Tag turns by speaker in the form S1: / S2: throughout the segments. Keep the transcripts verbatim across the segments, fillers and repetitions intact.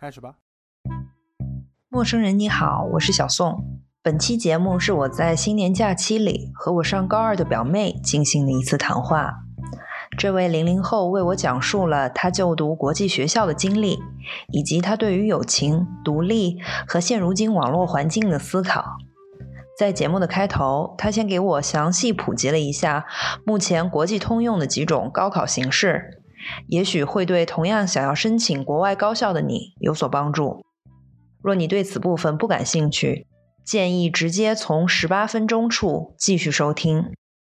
S1: 开始吧。
S2: 陌生人你好，我是小宋。本期节目是我在新年假期里和我上高二的表妹进行的一次谈话。这位零零后为我讲述了他就读国际学校的经历，以及他对于友情、独立和现如今网络环境的思考。在节目的开头，他先给我详细普及了一下目前国际通用的几种高考形式，也许会对同样想要申请国外高校的你有所帮助。若你对此部分不感兴趣，建议直接从十八分钟处继续收听。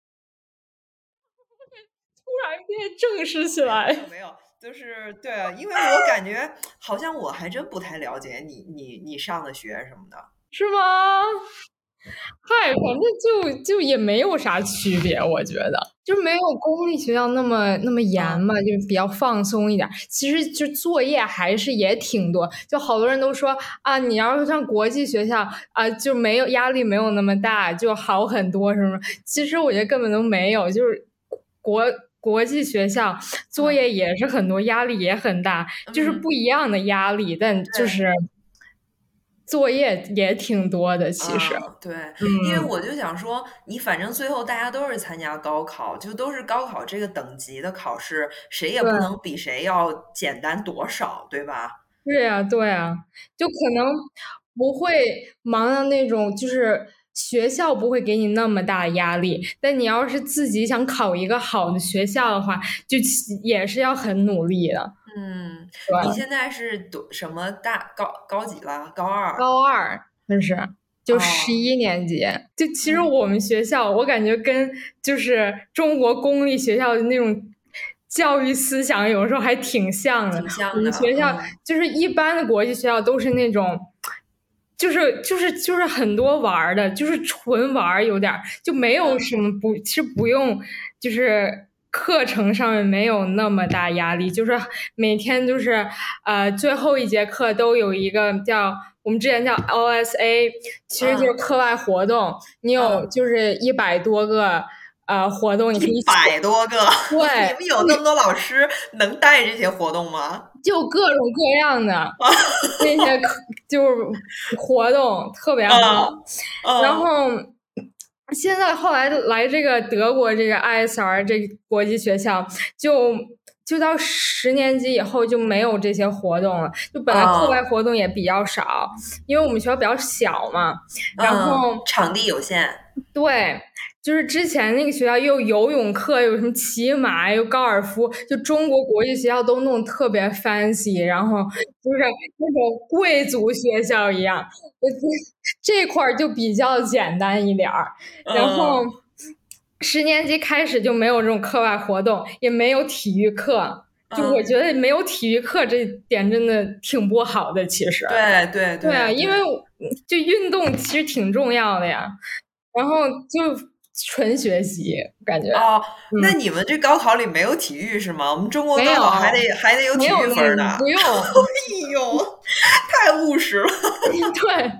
S3: 突然变正式起来。
S4: 没有没有，就是对啊，因为我感觉好像我还真不太了解你你你上的学什么的，
S3: 是吗？嗨，反正就就也没有啥区别，我觉得就没有公立学校那么那么严嘛，就比较放松一点。其实就作业还是也挺多，就好多人都说啊，你要是上国际学校啊，就没有压力，没有那么大，就好很多什么。其实我觉得根本都没有，就是国国际学校作业也是很多，压力也很大，就是不一样的压力，但就是作业也挺多的，其实、
S4: 嗯、对、
S3: 嗯，
S4: 因为我就想说，你反正最后大家都是参加高考，就都是高考这个等级的考试，谁也不能比谁要简单多少，对吧？
S3: 对啊，对啊，就可能不会忙到那种，就是学校不会给你那么大压力，但你要是自己想考一个好的学校的话，就也是要很努力的。
S4: 嗯，你现在是读什么大高高几了？高二？
S3: 高二，那是就十一年级。哦、就其实我们学校，嗯、我感觉跟就是中国公立学校的那种教育思想有时候还挺像的。
S4: 挺像的。
S3: 我们学校、
S4: 嗯、
S3: 就是一般的国际学校都是那种。就是就是就是很多玩的，就是纯玩，有点就没有什么不，其实不用，就是课程上面没有那么大压力，就是每天就是呃最后一节课都有一个叫我们之前叫 O S A， 其实就是课外活动，嗯、你有就是一百多个。呃，活动你可以
S4: 一百多个，
S3: 对，
S4: 你们有那么多老师能带这些活动吗？
S3: 就各种各样的那些就是活动特别好，
S4: 嗯嗯、
S3: 然后现在后来来这个德国这个 I S R 这个国际学校，就就到十年级以后就没有这些活动了，就本来课外活动也比较少，哦、因为我们学校比较小嘛，然后、
S4: 嗯、场地有限，
S3: 对。就是之前那个学校又有游泳课，有什么骑马，有高尔夫，就中国国际学校都弄特别 fancy， 然后就是那种贵族学校一样，这块就比较简单一点儿。然后十年级开始就没有这种课外活动，也没有体育课。就我觉得没有体育课这点真的挺不好的，其实。
S4: 对对
S3: 对啊，因为就运动其实挺重要的呀。然后就。纯学习感觉
S4: 哦，嗯、那你们这高考里没有体育是吗？我们中国高考还得还得有体育分呢。
S3: 不用，
S4: 哎呦，太务实了。
S3: 对，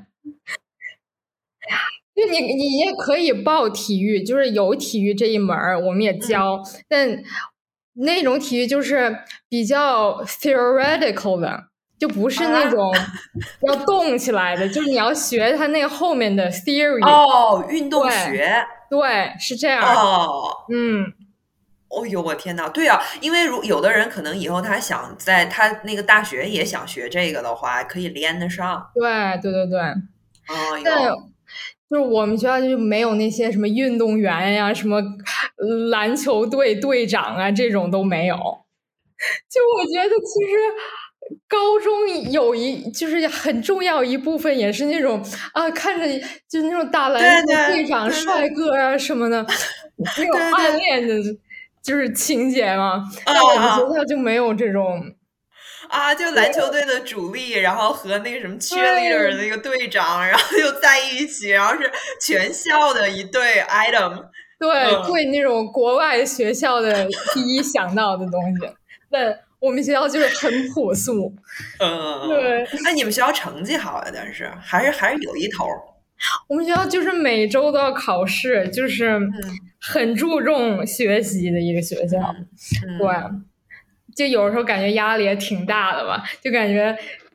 S3: 就你你也可以报体育，就是有体育这一门我们也教，嗯、但那种体育就是比较 theoretical 的。就不是那种要动起来的，啊、就是你要学它那个后面的 theory。
S4: 哦，运动学。
S3: 对，对是这样。
S4: 哦，
S3: 嗯。
S4: 哦呦，我天哪！对啊，因为如有的人可能以后他想在他那个大学也想学这个的话，可以连得上。
S3: 对对对对。
S4: 哦哟。
S3: 但就是我们学校就没有那些什么运动员呀、什么篮球队队长啊这种都没有。就我觉得其实。高中有一就是很重要一部分，也是那种啊，看着就是那种打篮球队长帅哥啊什么的，那种暗恋的，就是情节嘛。但我们学校就没有这种
S4: 啊，就篮球队的主力，然后和那个什么 cheerleader 的那个队长，然后又在一起，然后是全校的一对 item。
S3: 对，嗯、对那种国外学校的第一想到的东西，但。我们学校就是很朴素，
S4: 嗯，
S3: 对。
S4: 那你们学校成绩好呀？但是还是还是有一头。
S3: 我们学校就是每周都要考试，就是很注重学习的一个学校。
S4: 嗯嗯、
S3: 对，就有时候感觉压力也挺大的吧，就感觉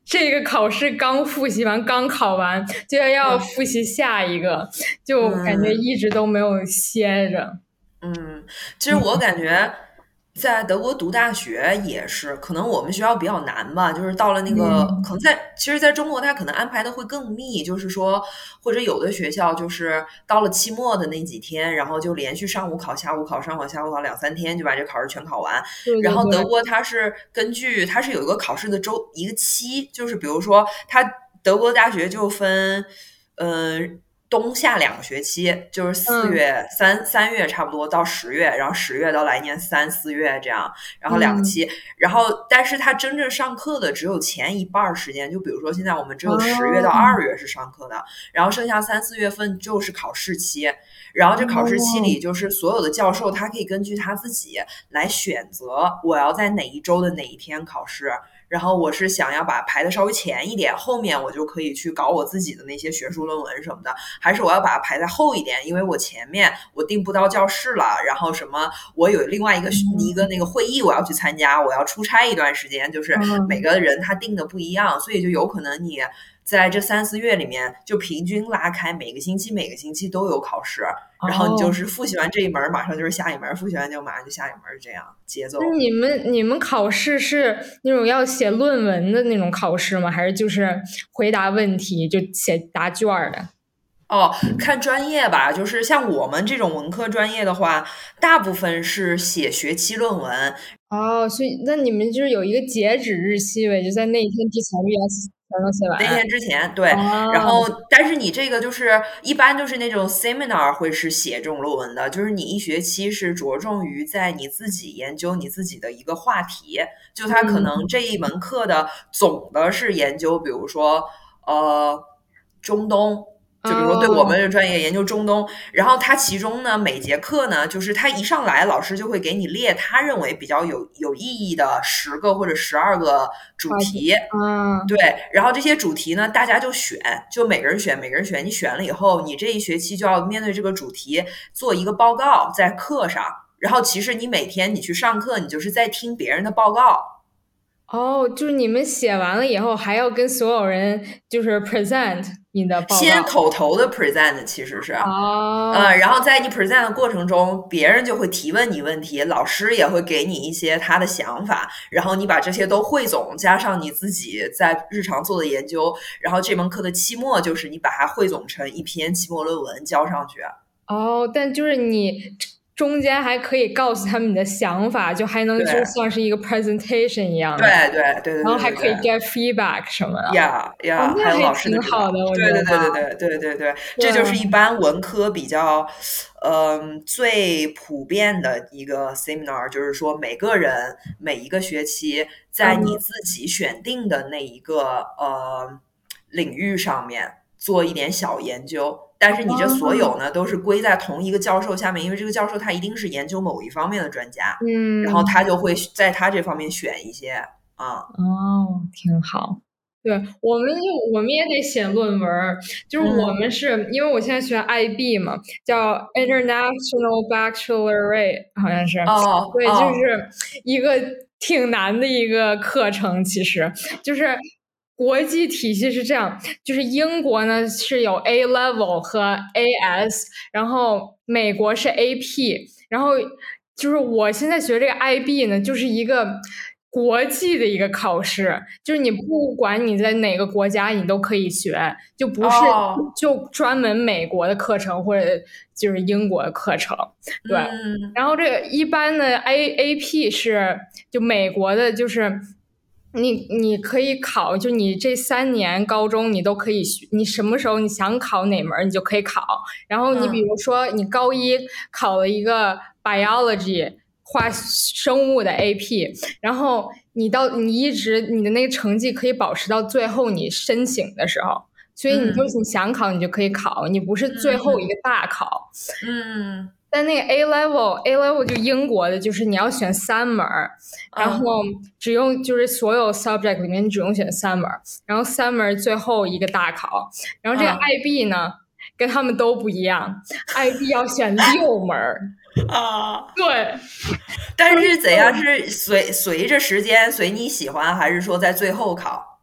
S3: 这个考试刚复习完，刚考完，就要复习下一个，嗯、就感觉一直都没有歇着。
S4: 嗯，其实我感觉在德国读大学也是，可能我们学校比较难吧，就是到了那个，
S3: 嗯、
S4: 可能在其实在中国它可能安排的会更密，就是说或者有的学校就是到了期末的那几天，然后就连续上午考下午考上午考下午考两三天就把这考试全考完。
S3: 对对对，
S4: 然后德国它是根据它是有一个考试的周一个期，就是比如说它德国大学就分呃冬夏两个学期，就是四月、嗯、三三月差不多到十月，然后十月到来年三四月这样，然后两个期、嗯、然后但是他真正上课的只有前一半时间，就比如说现在我们只有十月到二月是上课的、哦、然后剩下三四月份就是考试期，然后这考试期里就是所有的教授他可以根据他自己来选择我要在哪一周的哪一天考试，然后我是想要把排的稍微前一点，后面我就可以去搞我自己的那些学术论文什么的，还是我要把它排在后一点，因为我前面我订不到教室了，然后什么我有另外一个、嗯、一个那个会议我要去参加，我要出差一段时间，就是每个人他定的不一样，所以就有可能你在这三四月里面就平均拉开每个星期每个星期都有考试，然后你就是复习完这一门马上就是下一门，复习完就马上就下一门，这样节奏。
S3: 那你们你们考试是那种要写论文的那种考试吗？还是就是回答问题就写答卷的？
S4: 哦，看专业吧，就是像我们这种文科专业的话，大部分是写学期论文。
S3: 哦，所以那你们就是有一个截止日期呗，就在那一天之前要才能写完。
S4: 那天之前，对。
S3: 哦、
S4: 然后，但是你这个就是一般就是那种 seminar 会是写这种论文的，就是你一学期是着重于在你自己研究你自己的一个话题，就它可能这一门课的总的是研究，比如说呃中东。就比如说对我们这专业研究中东，然后他其中呢每节课呢，就是他一上来老师就会给你列他认为比较有有意义的十个或者十二个主题，
S3: 嗯，
S4: 对，然后这些主题呢大家就选，就每个人选每个人选，你选了以后，你这一学期就要面对这个主题做一个报告在课上，然后其实你每天你去上课，你就是在听别人的报告。
S3: 哦，就是你们写完了以后还要跟所有人就是 present 你的报告，
S4: 先口头的 present 其实是，
S3: 哦，
S4: 呃，然后在你 present 的过程中，别人就会提问你问题，老师也会给你一些他的想法，然后你把这些都汇总，加上你自己在日常做的研究，然后这门课的期末就是你把它汇总成一篇期末论文交上去。
S3: 哦，但就是你中间还可以告诉他们你的想法，就还能就像是一个 presentation 一样的，
S4: 对对对 对, 对, 对，
S3: 然后还可以 get feedback 什么的，
S4: 呀呀，
S3: 还
S4: 有老师
S3: 挺好的，我觉得。
S4: 对对对对对对对对，这就是一般文科比较，嗯、呃，最普遍的一个 seminar， 就是说每个人每一个学期在你自己选定的那一个、嗯、呃领域上面做一点小研究。但是你这所有呢，都是归在同一个教授下面，因为这个教授他一定是研究某一方面的专家，
S3: 嗯，
S4: 然后他就会在他这方面选一些啊。
S3: 哦，挺好。对，我们就我们也得写论文，就是我们是、嗯、因为我现在学 I B 嘛，叫 International Baccalaureate， 好像是，
S4: 哦，
S3: 对，就是一个挺难的一个课程，其实就是。国际体系是这样，就是英国呢是有 A level 和 A S， 然后美国是 A P， 然后就是我现在学这个 I B 呢，就是一个国际的一个考试，就是你不管你在哪个国家，你都可以学，就不是就专门美国的课程或者就是英国的课程，对。
S4: 嗯、
S3: 然后这个一般的 A A P 是就美国的，就是。你你可以考，就你这三年高中你都可以学，你什么时候你想考哪门你就可以考。然后你比如说你高一考了一个 biology 化生物的 A P， 然后你到你一直你的那个成绩可以保持到最后你申请的时候，所以你就是你想考你就可以考，你不是最后一个大考。
S4: 嗯。
S3: 但那个 A level A level 就英国的，就是你要选三门，然后只用就是所有 subject 里面你只用选三门，然后三门最后一个大考。然后这个 I B 呢，跟他们都不一样 ，I B 要选六门
S4: 啊。
S3: 对，
S4: 但是怎样是随随着时间随你喜欢，还是说在最后考？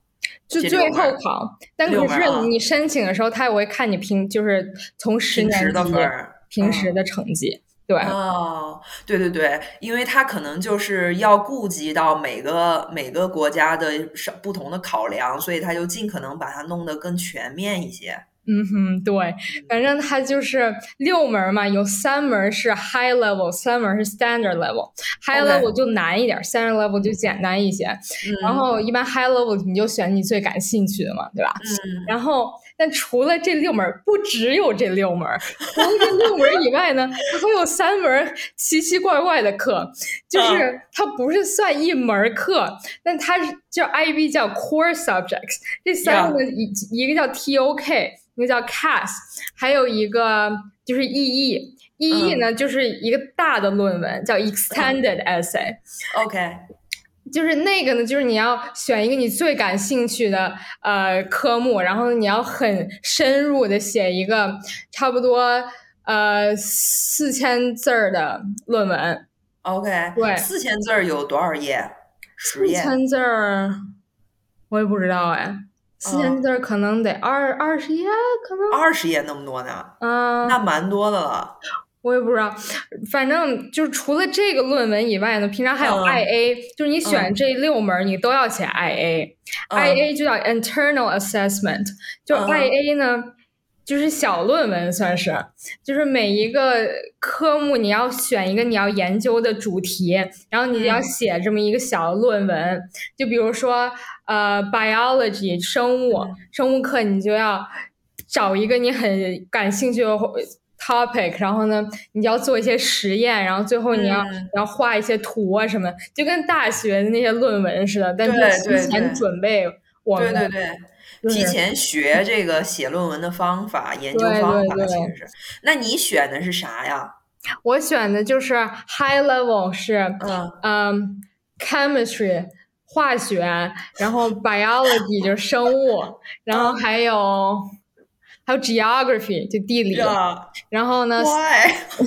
S3: 就最后考，但可是你申请的时候，他也会看你平，就是从十年级平时的成绩。嗯、对
S4: 哦，对对对，因为他可能就是要顾及到每个每个国家的不同的考量，所以他就尽可能把它弄得更全面一些。
S3: 嗯哼，对，反正它就是六门嘛，有三门是 high level， 三门是 standard level。high level 就难一点、okay. ，standard level 就简单一些。嗯、然后一般 high level 你就选你最感兴趣的嘛，对吧？
S4: 嗯。
S3: 然后，但除了这六门，不只有这六门，除了这六门以外呢，它还有三门奇奇怪怪的课，就是它不是算一门课，但它是叫 I B 叫 core subjects， 这三个一、yeah. 一个叫 T O K。一个叫 C A S， 还有一个就是 E E。E E 呢、嗯、就是一个大的论文叫 Extended Essay。OK，、
S4: 嗯、
S3: 就是那个呢，就是你要选一个你最感兴趣的呃科目，然后你要很深入的写一个差不多呃四千字的论文。
S4: OK，
S3: 对，
S4: 四千字有多少页？十页？
S3: 四千字我也不知道哎。四千字可能得二二十页，可能
S4: 二十页那么多呢？
S3: 嗯，
S4: 那蛮多的了。
S3: 我也不知道，反正就是除了这个论文以外呢，平常还有 I A，、嗯、就是你选这六门、嗯、你都要写 I A。I A、嗯、就叫 Internal Assessment， 就 I A 呢、嗯、就是小论文算是，就是每一个科目你要选一个你要研究的主题，然后你要写这么一个小论文。嗯、就比如说呃 biology 生物、嗯、生物课你就要找一个你很感兴趣的topic， 然后呢你要做一些实验，然后最后你要、嗯、要画一些图啊什么，就跟大学的那些论文似的，但是提前准备我们。
S4: 对对对。提前学这个写论文的方法、研究方法，其实是。那你选的是啥呀？
S3: 我选的就是 high level 是嗯、um, chemistry 化学，然后 biology 就是生物，然后还有、嗯、还有 geography 就地理，
S4: yeah.
S3: 然后呢？
S4: Why？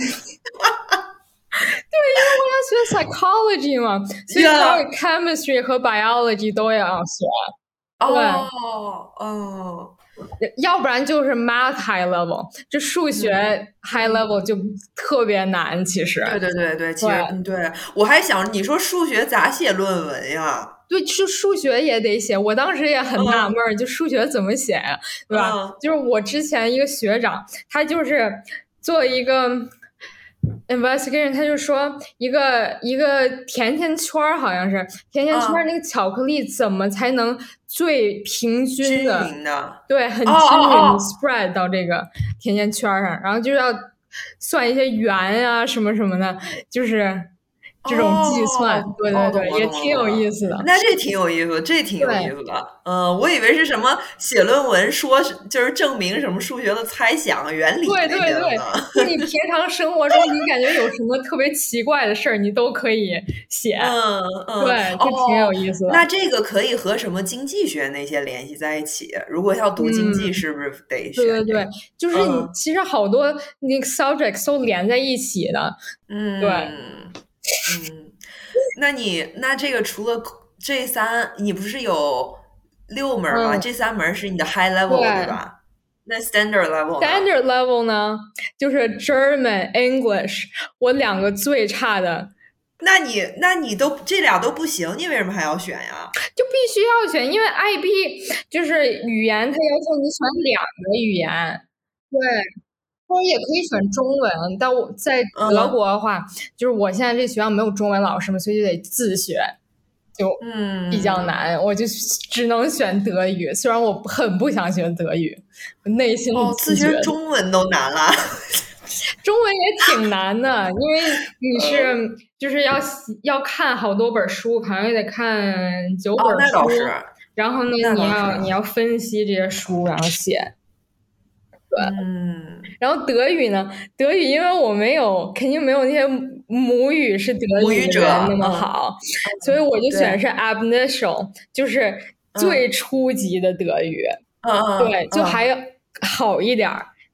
S3: 对，因为我要学 psychology 嘛，所以所有 chemistry 和 biology 都要学。
S4: 对，哦哦，
S3: 要不然就是 math high level， 这数学 high level 就特别难，其实。
S4: 对对对对，其实嗯，对，我还想你说数学咋写论文呀？
S3: 对，就数学也得写，我当时也很纳闷、嗯，就数学怎么写呀，对吧、嗯？就是我之前一个学长，他就是做一个 investigation， 他就说一个一个甜甜圈，好像是甜甜圈那个巧克力怎么才能最平均的，
S4: 均匀的
S3: 对，很均匀的 spread 到这个甜甜圈上，然后就要算一些圆啊什么什么的，就是这种计算，
S4: 哦、
S3: 对对对，
S4: 哦、
S3: 也挺有意思的。
S4: 那这挺有意思，这挺有意思的。嗯、呃，我以为是什么写论文说就是证明什么数学的猜想原理。
S3: 对对对，就你平常生活中你感觉有什么特别奇怪的事儿，你都可以写。
S4: 嗯嗯，
S3: 对，就挺有意思的、
S4: 哦。那这个可以和什么经济学那些联系在一起？如果要读经济，是不是得学、
S3: 嗯？对对对，就是你、嗯、其实好多那个 subjects 都连在一起的。
S4: 嗯，
S3: 对。
S4: 嗯，那你那这个除了这三，你不是有六门吗？嗯、这三门是你的 high level 对, 对吧？那 standard level 呢
S3: standard level 呢，就是 German English， 我两个最差的。
S4: 那你那你都这俩都不行，你为什么还要选呀？
S3: 就必须要选，因为 I B 就是语言，它要求你选两个语言，对。或者也可以选中文，但我在德国的话、嗯，就是我现在这学校没有中文老师嘛，所以就得自学，就比较难、嗯，我就只能选德语。虽然我很不想学德语，内心
S4: 哦，自学中文都难了，
S3: 中文也挺难的，因为你是、嗯、就是要要看好多本书，好像也得看九本书，哦、
S4: 那倒是
S3: 然后呢，你要你要分析这些书，然后写。对，
S4: 嗯，
S3: 然后德语呢？德语因为我没有，肯定没有那些母语是德语的人那么好，
S4: 嗯、
S3: 所以我就选的是 Initial， 就是最初级的德语。
S4: 嗯、
S3: 对，就还好一点、嗯。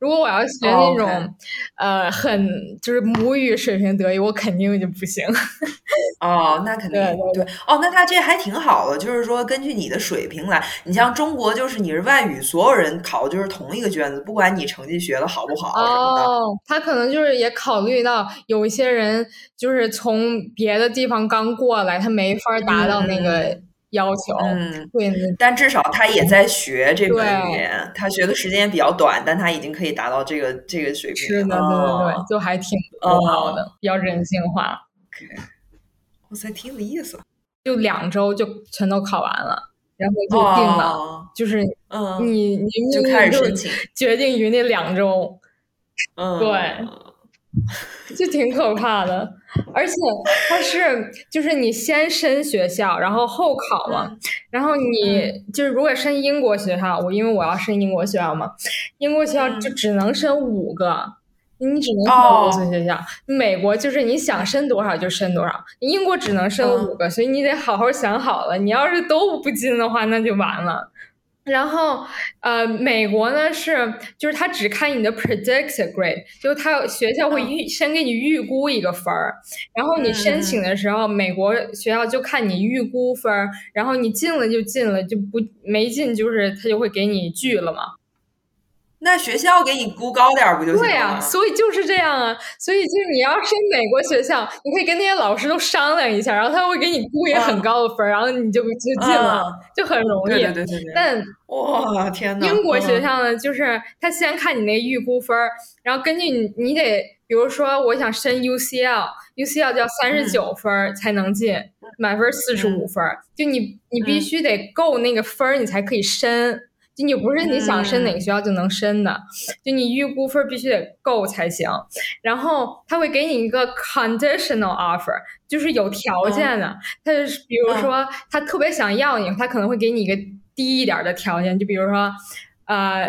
S3: 如果我要学那种、
S4: 哦 okay.
S3: 呃很就是母语水平德语，我肯定就不行。
S4: 哦，那肯定
S3: 对对
S4: 对哦，那他这还挺好的，就是说根据你的水平来。你像中国，就是你是外语，所有人考的就是同一个卷子，不管你成绩学的好不好什么的。
S3: 哦，他可能就是也考虑到有一些人就是从别的地方刚过来，他没法达到那个要求。
S4: 嗯，
S3: 对，
S4: 但至少他也在学这门
S3: 对
S4: 语言，他学的时间比较短，但他已经可以达到这个这个水平。
S3: 是的，对对对，就还挺好的，
S4: 哦
S3: 比较人性化。
S4: OK，哇塞，挺有意思。
S3: 就两周就全都考完了，然后就定了，
S4: 哦、
S3: 就是
S4: 嗯，
S3: 你你
S4: 就开始申请，
S3: 决定于那两周。
S4: 嗯，
S3: 对。就挺可怕的，而且它是就是你先申学校，然后后考嘛，
S4: 嗯、
S3: 然后你、
S4: 嗯、
S3: 就是如果申英国学校，我因为我要申英国学校嘛，英国学校就只能申五个，嗯、你只能申五所学校。哦、美国就是你想申多少就申多少，英国只能申五个，嗯、所以你得好好想好了，你要是都不进的话，那就完了。然后，呃，美国呢是，就是他只看你的 predicted grade，就他学校会预先给你预估一个分儿，然后你申请的时候，美国学校就看你预估分儿，然后你进了就进了，就不没进就是他就会给你拒了嘛。
S4: 那学校给你估高点不就行了？
S3: 对啊，所以就是这样啊。所以就是你要申美国学校，你可以跟那些老师都商量一下，然后他会给你估一个很高的分，嗯、然后你就就进了，嗯、就很容易。
S4: 对对对对对。
S3: 但
S4: 哇天哪！
S3: 英国学校呢，嗯、就是他先看你那预估分，然后根据你，你得比如说我想申 U C L，U C L 要三十九分才能进，嗯、满分四十五分，嗯、就你你必须得够那个分，你才可以申。就你不是你想申哪个学校就能申的，嗯、就你预估分必须得够才行。然后他会给你一个 conditional offer， 就是有条件的。他、嗯、比如说、嗯、他特别想要你，他可能会给你一个低一点的条件，就比如说呃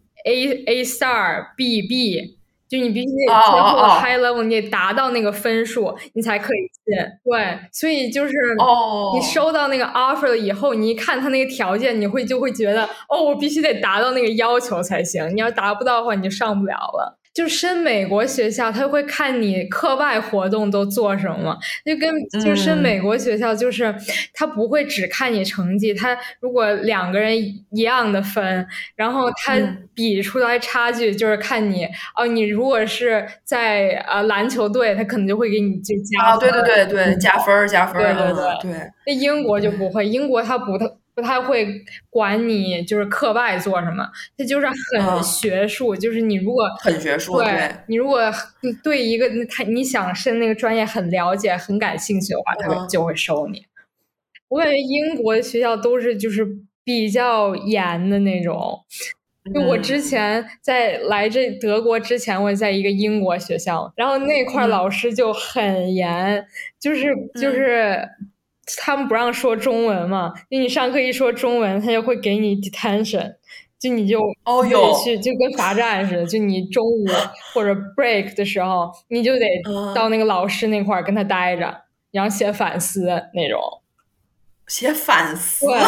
S3: A A star B B。就你必须得最后 high level， oh, oh, oh. 你得达到那个分数，你才可以进。对，所以就是你收到那个 offer 了以后，你一看他那个条件，你会就会觉得，哦，我必须得达到那个要求才行。你要达不到的话，你就上不了了。就申美国学校，他会看你课外活动都做什么，就跟就申美国学校，就是、嗯、他不会只看你成绩，他如果两个人一样的分，然后他比出来差距，就是看你、嗯、哦，你如果是在呃篮球队，他可能就会给你就加分，
S4: 哦，对对对对，加分加分，
S3: 对对对、
S4: 嗯、对。
S3: 那英国就不会，英国他不太。不太会管你就是课外做什么，它就是很学术，嗯、就是你如果
S4: 很学术，
S3: 对，
S4: 对
S3: 你如果对一个他你想申那个专业很了解、很感兴趣的话，他、嗯、就会收你。我感觉英国的学校都是就是比较严的那种。就我之前在来这德国之前，我在一个英国学校，然后那块老师就很严，嗯、就是就是。嗯他们不让说中文嘛，就你上课一说中文，他就会给你 detention， 就你就
S4: 哦
S3: 哟去，就跟罚站似的。就你中午或者 break 的时候，你就得到那个老师那块儿跟他待着，嗯、然后写反思那种。
S4: 写反思？
S3: 对。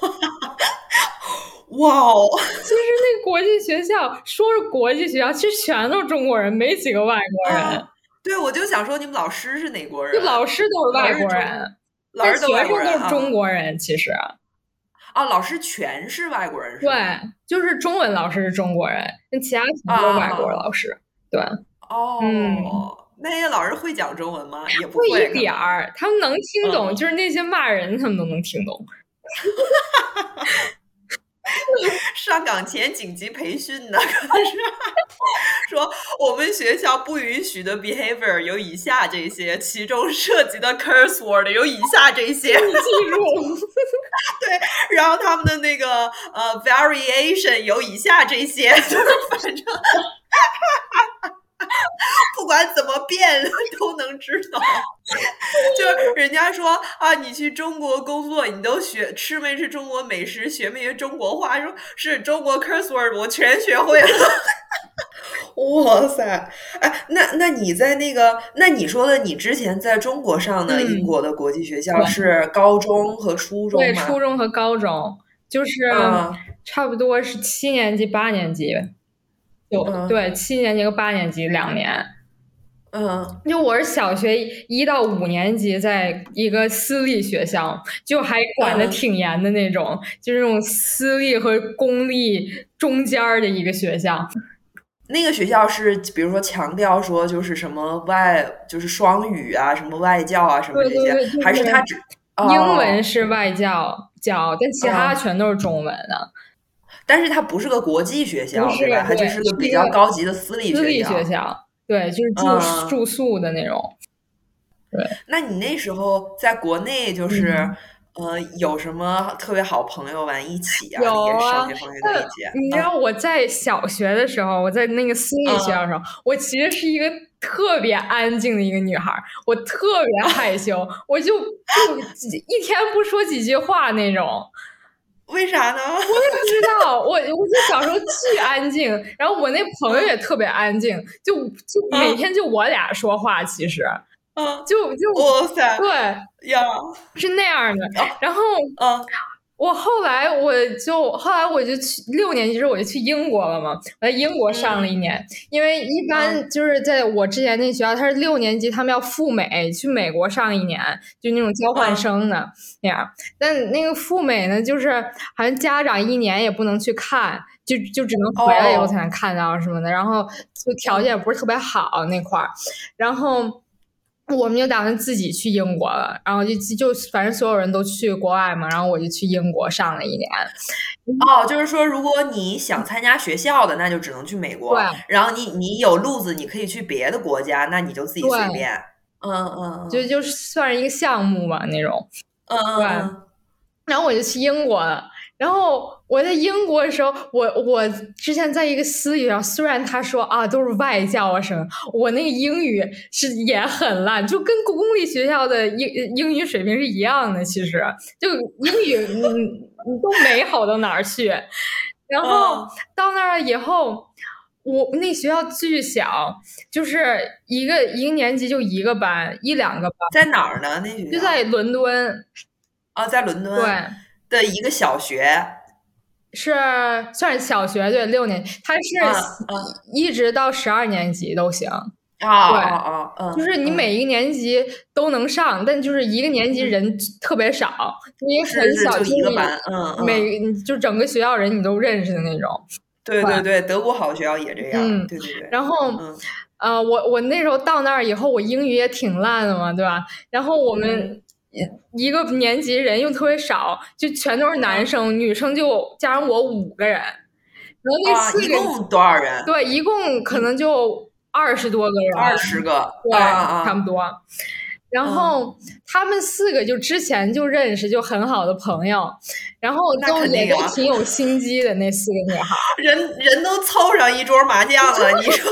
S4: 哇哦！
S3: 其实那国际学校说是国际学校，其实全都是中国人，没几个外国人。
S4: 啊、对，我就想说，你们老师是哪国人？
S3: 就老师都是外国人。
S4: 老师都
S3: 学生都是中国人，啊、其实
S4: 啊，老师全是外国人是
S3: 吧？对，就是中文老师是中国人，那其他全都是外国老师。啊、对，
S4: 哦，嗯，那些老师会讲中文吗？也不
S3: 会一点儿，他们能听懂，嗯、就是那些骂人，他们都能听懂。
S4: 上岗前紧急培训呢，可能是说我们学校不允许的 behavior 有以下这些，其中涉及的 curse word 有以下这些，
S3: 你记住。
S4: 对，然后他们的那个呃 variation 有以下这些，就是反正不管怎么变都能知道。就人家说啊，你去中国工作，你都学吃没吃中国美食，学没学中国话，说是中国 curse word 我全学会了。哇塞，哎，那那你在那个，那你说的你之前在中国上的英国的国际学校是高中和初中吗？
S3: 对，初中和高中，就是差不多是七年级、八年级。 九、
S4: 嗯
S3: 对七年级和八年级两年。
S4: 嗯，
S3: 就我是小学一到五年级在一个私立学校，就还管得挺严的那种，嗯、就是那种私立和公立中间的一个学校。
S4: 那个学校是比如说强调说就是什么外就是双语啊，什么外教啊，什么这些，
S3: 对对对，
S4: 还是他只
S3: 英文是外教教，但其他全都是中文的。
S4: 嗯但是它不是个国际学校，
S3: 不是
S4: 对吧？它就是个比较高级的私立
S3: 私立
S4: 学
S3: 校。学校，对，就是住、
S4: 嗯、
S3: 住宿的那种。对，
S4: 那你那时候在国内就是、
S3: 嗯、
S4: 呃有什么特别好朋友玩一起啊？
S3: 有啊，
S4: 上学放学在一起。
S3: 你知道我在小学的时候，嗯、我在那个私立学校的时候，嗯、我其实是一个特别安静的一个女孩，我特别害羞，我就就一天不说几句话那种。
S4: 为啥呢？
S3: 我也不知道，我我就小时候巨安静，然后我那朋友也特别安静，就就每天就我俩说话，其实，
S4: 嗯，
S3: 就就
S4: 哇塞，
S3: 对
S4: 呀，
S3: 是那样的。然后，
S4: 嗯，
S3: 我后来我就后来我就去六年级时候我就去英国了嘛，我在英国上了一年，嗯、因为一般就是在我之前那学校，他是六年级他们要赴美去美国上一年，就那种交换生的。嗯那样，但那个赴美呢，就是好像家长一年也不能去看，就就只能回来以后才能看到什么的， oh. 然后就条件也不是特别好那块儿，然后我们就打算自己去英国了，然后就就反正所有人都去国外嘛，然后我就去英国上了一年。
S4: 哦，就是说，如果你想参加学校的，那就只能去美国。
S3: 对，
S4: 然后你你有路子，你可以去别的国家，那你就自己随便。嗯嗯，
S3: 就就是算是一个项目吧那种。
S4: 嗯
S3: 对，
S4: 嗯，
S3: 然后我就去英国了。然后我在英国的时候，我我之前在一个私立学校，虽然他说啊都是外教生，我那个英语是也很烂，就跟公立学校的英英语水平是一样的。其实就英语你你都没好到哪儿去。然后到那儿以后。我那学校巨小，就是一个一个年级就一个班，一两个班。
S4: 在哪儿呢？那学校
S3: 就在伦敦。
S4: 哦，在伦敦
S3: 对
S4: 的一个小学，
S3: 是算是小学，对，六年，它是一直到十二年级都行。
S4: 啊
S3: 对
S4: 啊啊！
S3: 就是你每一个年级都能上，
S4: 嗯、
S3: 但就是一个年级人特别少，因为很小，
S4: 就一个班，嗯，嗯
S3: 每就整个学校人你都认识的那种。
S4: 对对对，德国好学校也这样。
S3: 嗯，
S4: 对对对。
S3: 然后，
S4: 嗯、
S3: 呃，我我那时候到那儿以后，我英语也挺烂的嘛，对吧？然后我们一个年级人又特别少，就全都是男生，嗯、女生就加上我五个人。然后那四个、
S4: 啊、一共多少人？
S3: 对，一共可能就二十多个人。
S4: 二十个，
S3: 对，
S4: 啊、
S3: 差不多。然后、嗯、他们四个就之前就认识，就很好的朋友，然后都也都挺有心机的。那四个女孩，
S4: 人人都凑上一桌麻将了，你说？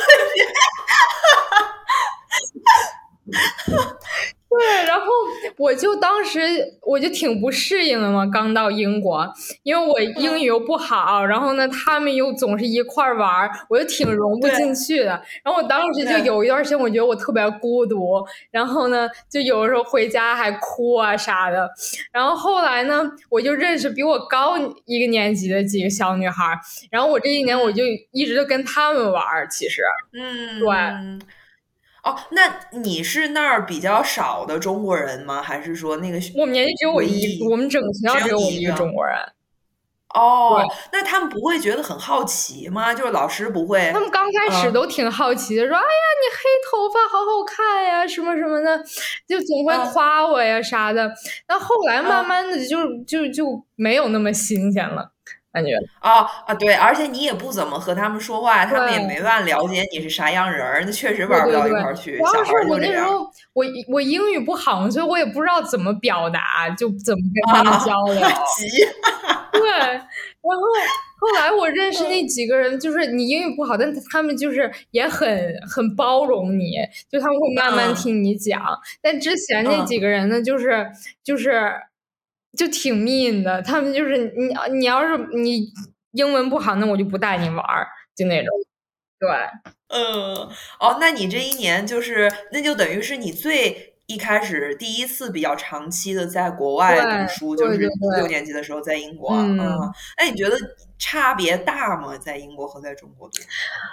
S3: 对，然后我就当时我就挺不适应的嘛，刚到英国，因为我英语又不好，嗯、然后呢，他们又总是一块玩，我就挺融不进去的。然后我当时就有一段时间，我觉得我特别孤独，然后呢，就有时候回家还哭啊啥的。然后后来呢，我就认识比我高一个年级的几个小女孩，然后我这一年我就一直都跟他们玩，其实，
S4: 嗯，
S3: 对。
S4: 哦，那你是那儿比较少的中国人吗？还是说那个
S3: 我们年级只有我一，我们整个学校只有我一个中国人。
S4: 哦，那他们不会觉得很好奇吗？就是老师不会？
S3: 他们刚开始都挺好奇的，嗯、说：“哎呀，你黑头发好好看呀，什么什么的，就总会夸我呀、嗯、啥的。”但后来慢慢的就、嗯、就就没有那么新鲜了。感觉
S4: 啊啊对，而且你也不怎么和他们说话，他们也没办法了解你是啥样人，那确实玩不到一块儿去。
S3: 主要是我那时候我我英语不好，所以我也不知道怎么表达，就怎么跟他们交流。
S4: 啊、
S3: 对，然后后来我认识那几个人，就是你英语不好，但他们就是也很很包容你，就他们会慢慢听你讲。嗯、但之前那几个人呢，就是就是。就挺 mean 的，他们就是你，你要是你英文不好，那我就不带你玩，就那种。对，
S4: 嗯，哦，那你这一年就是，那就等于是你最一开始第一次比较长期的在国外读书，就是六年级的时候在英国。
S3: 嗯，
S4: 嗯，哎，你觉得差别大吗？在英国和在中国读？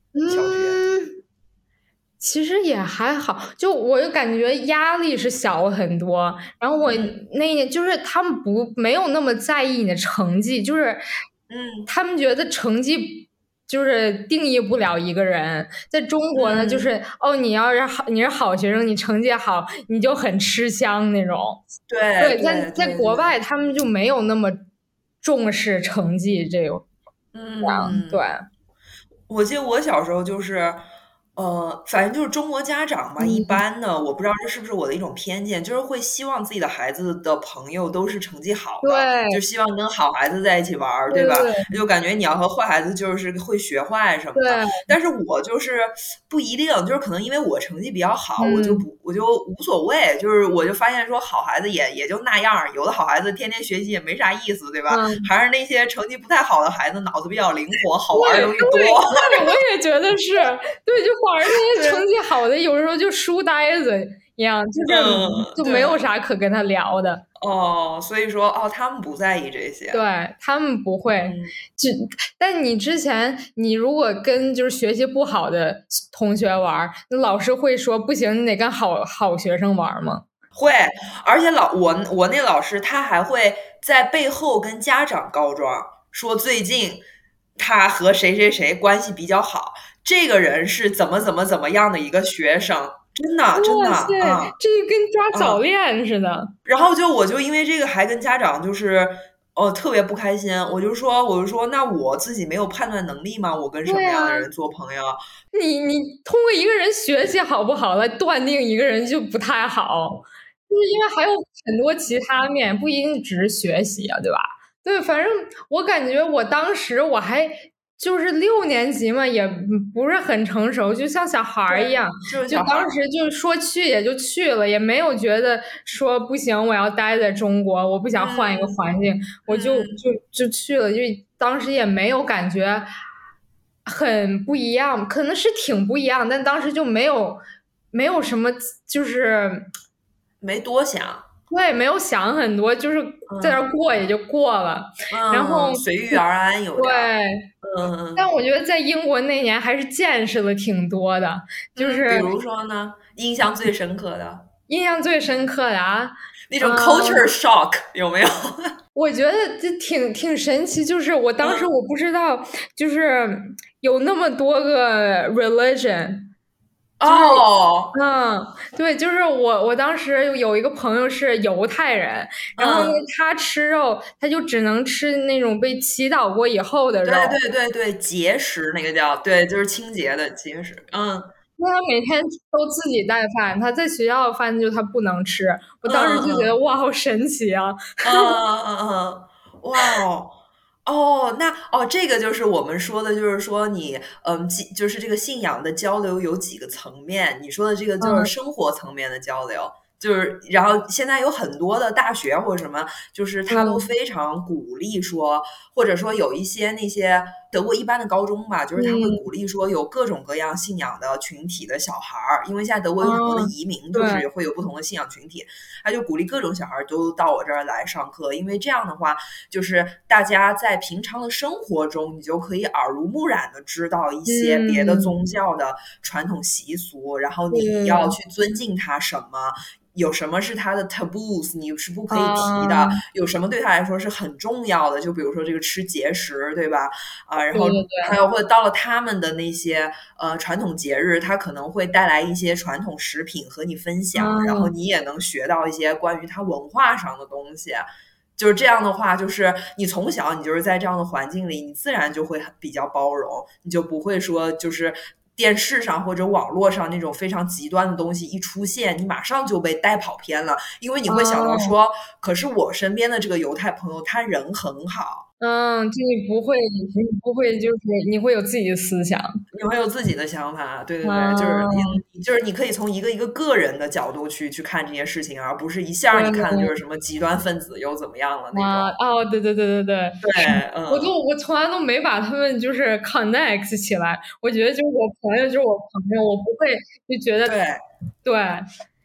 S4: 小学？
S3: 嗯，其实也还好，就我就感觉压力是小很多。然后我那一年就是他们不没有那么在意你的成绩，就是
S4: 嗯，
S3: 他们觉得成绩就是定义不了一个人。在中国呢，
S4: 嗯
S3: 就是哦，你要是好，你是好学生，你成绩好，你就很吃香那种。
S4: 对
S3: 对，在
S4: 对对
S3: 在国外
S4: 对，
S3: 他们就没有那么重视成绩这个。这样对。
S4: 嗯，我记得我小时候就是，呃，反正就是中国家长嘛，一
S3: 嗯，
S4: 般的，我不知道这是不是我的一种偏见，就是会希望自己的孩子的朋友都是成绩好的，就
S3: 对
S4: 希望跟好孩子在一起玩儿，对吧？
S3: 对对
S4: 就感觉你要和坏孩子就是会学坏什么的。
S3: 对，
S4: 但是我就是不一定，就是可能因为我成绩比较好，我就
S3: 嗯。
S4: 不我就无所谓，就是我就发现说好孩子也也就那样儿，有的好孩子天天学习也没啥意思，对吧？
S3: 嗯，
S4: 还是那些成绩不太好的孩子脑子比较灵活，好玩的
S3: 对
S4: 东西多。
S3: 对对，我也觉得是。对，就反而那些成绩好的，有时候就书呆子一样，就是
S4: 嗯，
S3: 就
S4: 对，
S3: 没有啥可跟他聊的。
S4: 哦，所以说，哦，他们不在意这些，
S3: 对，他们不会。
S4: 嗯，
S3: 就但你之前你如果跟就是学习不好的同学玩儿，那老师会说不行，你得跟好好学生玩儿吗？
S4: 会，而且老我我那老师他还会在背后跟家长告状，说最近他和谁谁谁关系比较好，这个人是怎么怎么怎么样的一个学生，真的真的，
S3: 哇塞，
S4: 啊
S3: 这就跟抓早
S4: 啊。
S3: 恋似的。
S4: 然后就我就因为这个还跟家长就是哦特别不开心，我就说我就说那我自己没有判断能力吗？我跟什
S3: 对啊，
S4: 么样的人做朋友？
S3: 你你通过一个人学习好不好来断定一个人就不太好，就是因为还有很多其他面，不一定只是学习啊，对吧？对，反正我感觉我当时我还就是六年级嘛，也不是很成熟，就像小孩儿一
S4: 对，
S3: 样，
S4: 就是
S3: 就
S4: 小孩儿，
S3: 当时就说去也就去了，也没有觉得说不行，我要待在中国，我不想换一个
S4: 嗯
S3: 环境，我就
S4: 嗯。
S3: 就就去了，就当时也没有感觉很不一样，可能是挺不一样，但当时就没有没有什么，就是
S4: 没多想，
S3: 对，没有想很多，就是在那儿
S4: 嗯
S3: 过也就过了。然后
S4: 嗯，随遇而安有点儿，
S3: 对，但
S4: 嗯
S3: 我觉得在英国那年还是见识了挺多的，就
S4: 嗯，比
S3: 是
S4: 如说呢，印象最深刻的
S3: 印象最深刻的啊，
S4: 那种 culture
S3: 嗯，
S4: shock 有没有？
S3: 我觉得这挺挺神奇，就是我当时
S4: 嗯，
S3: 我不知道，就是有那么多个 religion。就是
S4: 哦，
S3: 嗯，对，就是我我当时有一个朋友是犹太人，然后呢，
S4: 嗯，
S3: 他吃肉，他就只能吃那种被祈祷过以后的
S4: 对
S3: 肉。
S4: 对对对，节食那个叫，对，就是清洁的节食，嗯
S3: 那他每天都自己带饭，他在学校的饭就他不能吃。我
S4: 嗯
S3: 当时就觉得
S4: 嗯
S3: 哇，好神奇啊！
S4: 嗯嗯嗯嗯，哇哦。哦，那哦，这个就是我们说的，就是说你，嗯，几就是这个信仰的交流有几个层面。你说的这个就是
S3: 嗯
S4: 生活层面的交流，就是然后现在有很多的大学或者什么，就是他都
S3: 嗯
S4: 非常鼓励说，或者说有一些那些德国一般的高中吧，就是他会
S3: 嗯，
S4: 鼓励说有各种各样信仰的群体的小孩儿，因为现在德国有很多的
S3: 哦，
S4: 移民，就
S3: 对，
S4: 是会有不同的信仰群体，他就鼓励各种小孩儿都到我这儿来上课，因为这样的话，就是大家在平常的生活中，你就可以耳濡目染的知道一些别的
S3: 嗯，
S4: 宗教的传统习俗，然后
S3: 对
S4: 你
S3: 对对，
S4: 要去尊敬它什么。有什么是它的 taboos，你是不可以提的？
S3: 啊，
S4: 有什么对他来说是很重要的？就比如说这个吃节食，对吧？啊，然后
S3: 对对对，
S4: 还有或者到了他们的那些呃传统节日，它可能会带来一些传统食品和你分享，然后
S3: 嗯
S4: 你也能学到一些关于它文化上的东西。就是这样的话，就是你从小你就是在这样的环境里，你自然就会比较包容，你就不会说就是电视上或者网络上那种非常极端的东西一出现，你马上就被带跑偏了，因为你会想到
S3: 哦。
S4: 说，可是我身边的这个犹太朋友他人很好，
S3: 嗯，就你不会你不会就是你会有自己的思想。
S4: 你会有自己的想法，对对对，就是
S3: 嗯，
S4: 你就是你可以从一个一个个人的角度去去看这些事情，而不是一下儿
S3: 对
S4: 你看的就是
S3: 对
S4: 什么极端分子又怎么样了那种。
S3: 啊，哦，对对对对对，
S4: 对，
S3: 是。我就
S4: 嗯，
S3: 我从来都没把他们就是 connect 起来，我觉得就是我朋友就是我朋友，我不会就觉得
S4: 对。
S3: 对，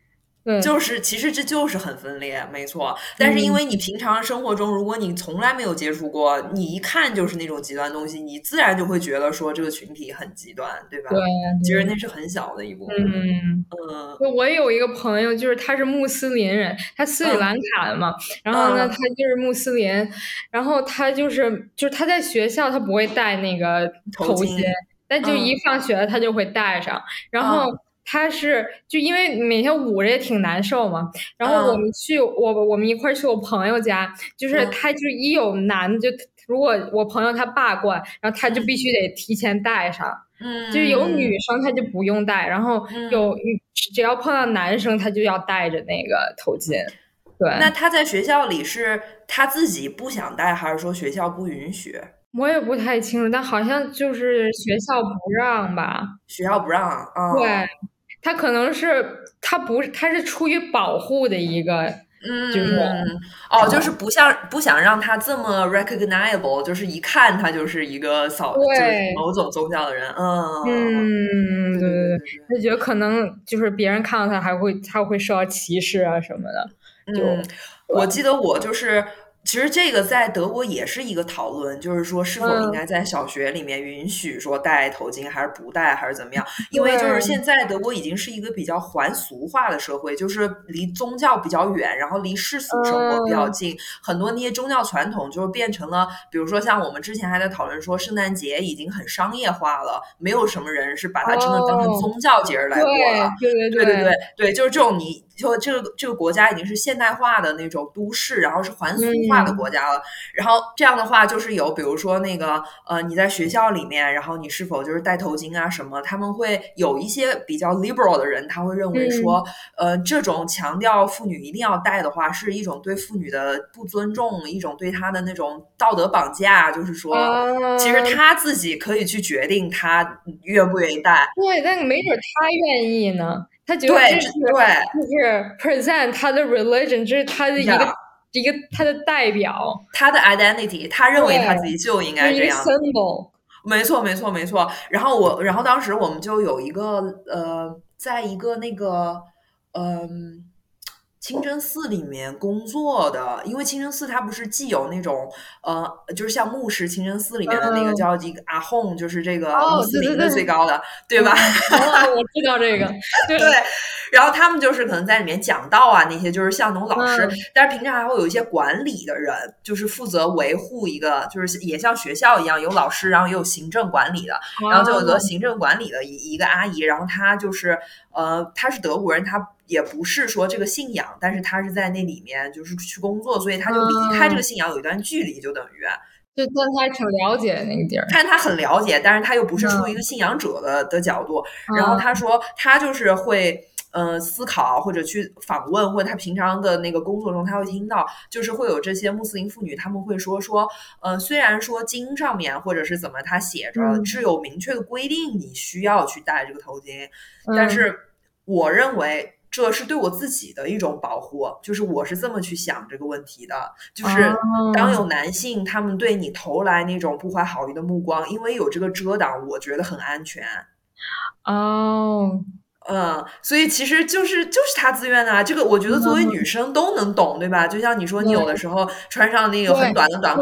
S3: 对，
S4: 就是其实这就是很分裂，没错。但是因为你平常生活中，如果你從來沒有接觸過，你一看就是那種極端東西，你自然就會覺得說這個群體很極端，對吧？
S3: 对，
S4: 其實那是很小的一部分。
S3: 嗯
S4: 嗯，
S3: 我也有一个朋友，就是他是穆斯林人，他斯里兰卡的嘛，
S4: 嗯、
S3: 然后呢，他就是穆斯林，然后他就是就是他在学校他不会戴那个头巾，但就一放学了他就会戴上，嗯、然后。他是就因为每天捂着也挺难受嘛，然后我们去、嗯、我我们一块儿去我朋友家，就是他就一有男就如果我朋友他爸过来，然后他就必须得提前戴上，
S4: 嗯，
S3: 就有女生他就不用戴，然后有、嗯、只要碰到男生他就要戴着那个头巾。对，
S4: 那他在学校里是他自己不想戴，还是说学校不允许？
S3: 我也不太清楚，但好像就是学校不让吧。
S4: 学校不让啊？哦、
S3: 对。他可能是他不是他是出于保护的一个，
S4: 嗯，
S3: 就是
S4: 哦，就是不像不想让他这么 recognizable， 就是一看他就是一个扫就是某种宗教的人，嗯
S3: 嗯，对对对，他觉得可能就是别人看到他还会他会受到歧视啊什么的。
S4: 嗯，我记得我就是。其实这个在德国也是一个讨论，就是说是否应该在小学里面允许说戴头巾还是不戴还是怎么样？因为就是现在德国已经是一个比较还俗化的社会，就是离宗教比较远，然后离世俗生活比较近，很多那些宗教传统就是变成了，比如说像我们之前还在讨论说圣诞节已经很商业化了，没有什么人是把它真的当成宗教节日来过了。
S3: 对对
S4: 对对对对，就是这种你就这个这个国家已经是现代化的那种都市，然后是还俗化的国家了。嗯、然后这样的话，就是有比如说那个呃，你在学校里面，然后你是否就是戴头巾啊什么？他们会有一些比较 liberal 的人，他会认为说，嗯、呃，这种强调妇女一定要戴的话，是一种对妇女的不尊重，一种对她的那种道德绑架。就是说，
S3: 嗯、
S4: 其实她自己可以去决定她愿不愿意戴。
S3: 对，但没准她愿意呢。他觉得这是
S4: 对，
S3: 就是 present 他的 religion， 这是他的一个、yeah. 一个他的代表，
S4: 他的 identity， 他认为他自己就应该这样。
S3: symbol。
S4: 没错，没错，没错。然后我，然后当时我们就有一个呃，在一个那个嗯。呃清真寺里面工作的，因为清真寺它不是既有那种呃，就是像穆氏清真寺里面的那个叫一个阿訇，就是这个穆斯林的最高的，
S3: 哦、
S4: 对, 对, 对, 对吧？
S3: 哦，我知道这个，对。
S4: 对，然后他们就是可能在里面讲道啊，那些就是像那种老师，
S3: 嗯、
S4: 但是平常还会有一些管理的人，就是负责维护一个，就是也像学校一样有老师，然后也有行政管理的，
S3: 哦、
S4: 然后就有个行政管理的一一个阿姨，然后她就是呃，她是德国人，她。也不是说这个信仰，但是他是在那里面就是去工作，所以他就离开这个信仰有一段距离，就等于
S3: 就但他挺了解那个地儿，
S4: 看他很了解，但是他又不是出于一个信仰者的、嗯、的角度。然后他说他就是会呃思考或者去访问，或者他平常的那个工作中他会听到，就是会有这些穆斯林妇女，他们会说说呃虽然说经上面或者是怎么他写着、嗯、是有明确的规定你需要去戴这个头巾、嗯、但是我认为这是对我自己的一种保护，就是我是这么去想这个问题的，就是当有男性他们对你投来那种不怀好意的目光，因为有这个遮挡，我觉得很安全。
S3: 哦，
S4: 嗯，所以其实就是就是他自愿的啊，这个我觉得作为女生都能懂，对吧？就像你说，你有的时候穿上那个很短的短裤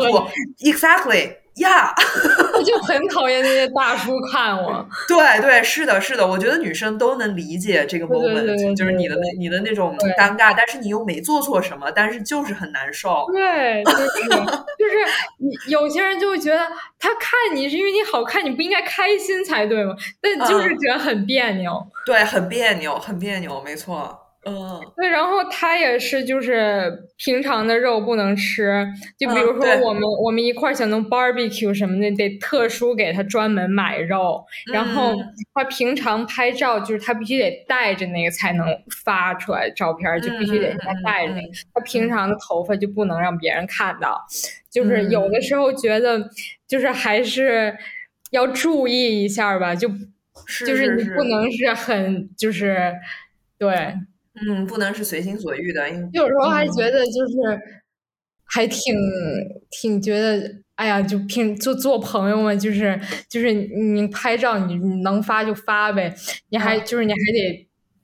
S4: ，exactly。Yeah，
S3: 我就很讨厌那些大叔看我。
S4: 对对，是的，是的，我觉得女生都能理解这个 moment，
S3: 对对对对
S4: 就是你的你的那种尴尬，但是你又没做错什么，但是就是很难受。
S3: 对，就是就是你有些人就会觉得他看你是因为你好看，你不应该开心才对吗？但就是觉得很别扭。
S4: 嗯、对，很别扭，很别扭，没错。嗯，
S3: 对，然后他也是，就是平常的肉不能吃，就比如说我们、嗯、我们一块儿想弄 barbecue 什么的，得特殊给他专门买肉，
S4: 嗯、
S3: 然后他平常拍照就是他必须得带着那个才能发出来照片，就必须得他带着那个，
S4: 嗯、
S3: 他平常的头发就不能让别人看到，就是有的时候觉得就是还是要注意一下吧，就是就是你不能是很就是对。
S4: 嗯，不能是随心所欲的，因为
S3: 有时候还觉得就是还挺、嗯、挺觉得，哎呀，就平做做朋友嘛，就是就是你拍照你你能发就发呗，你还、嗯、就是你还得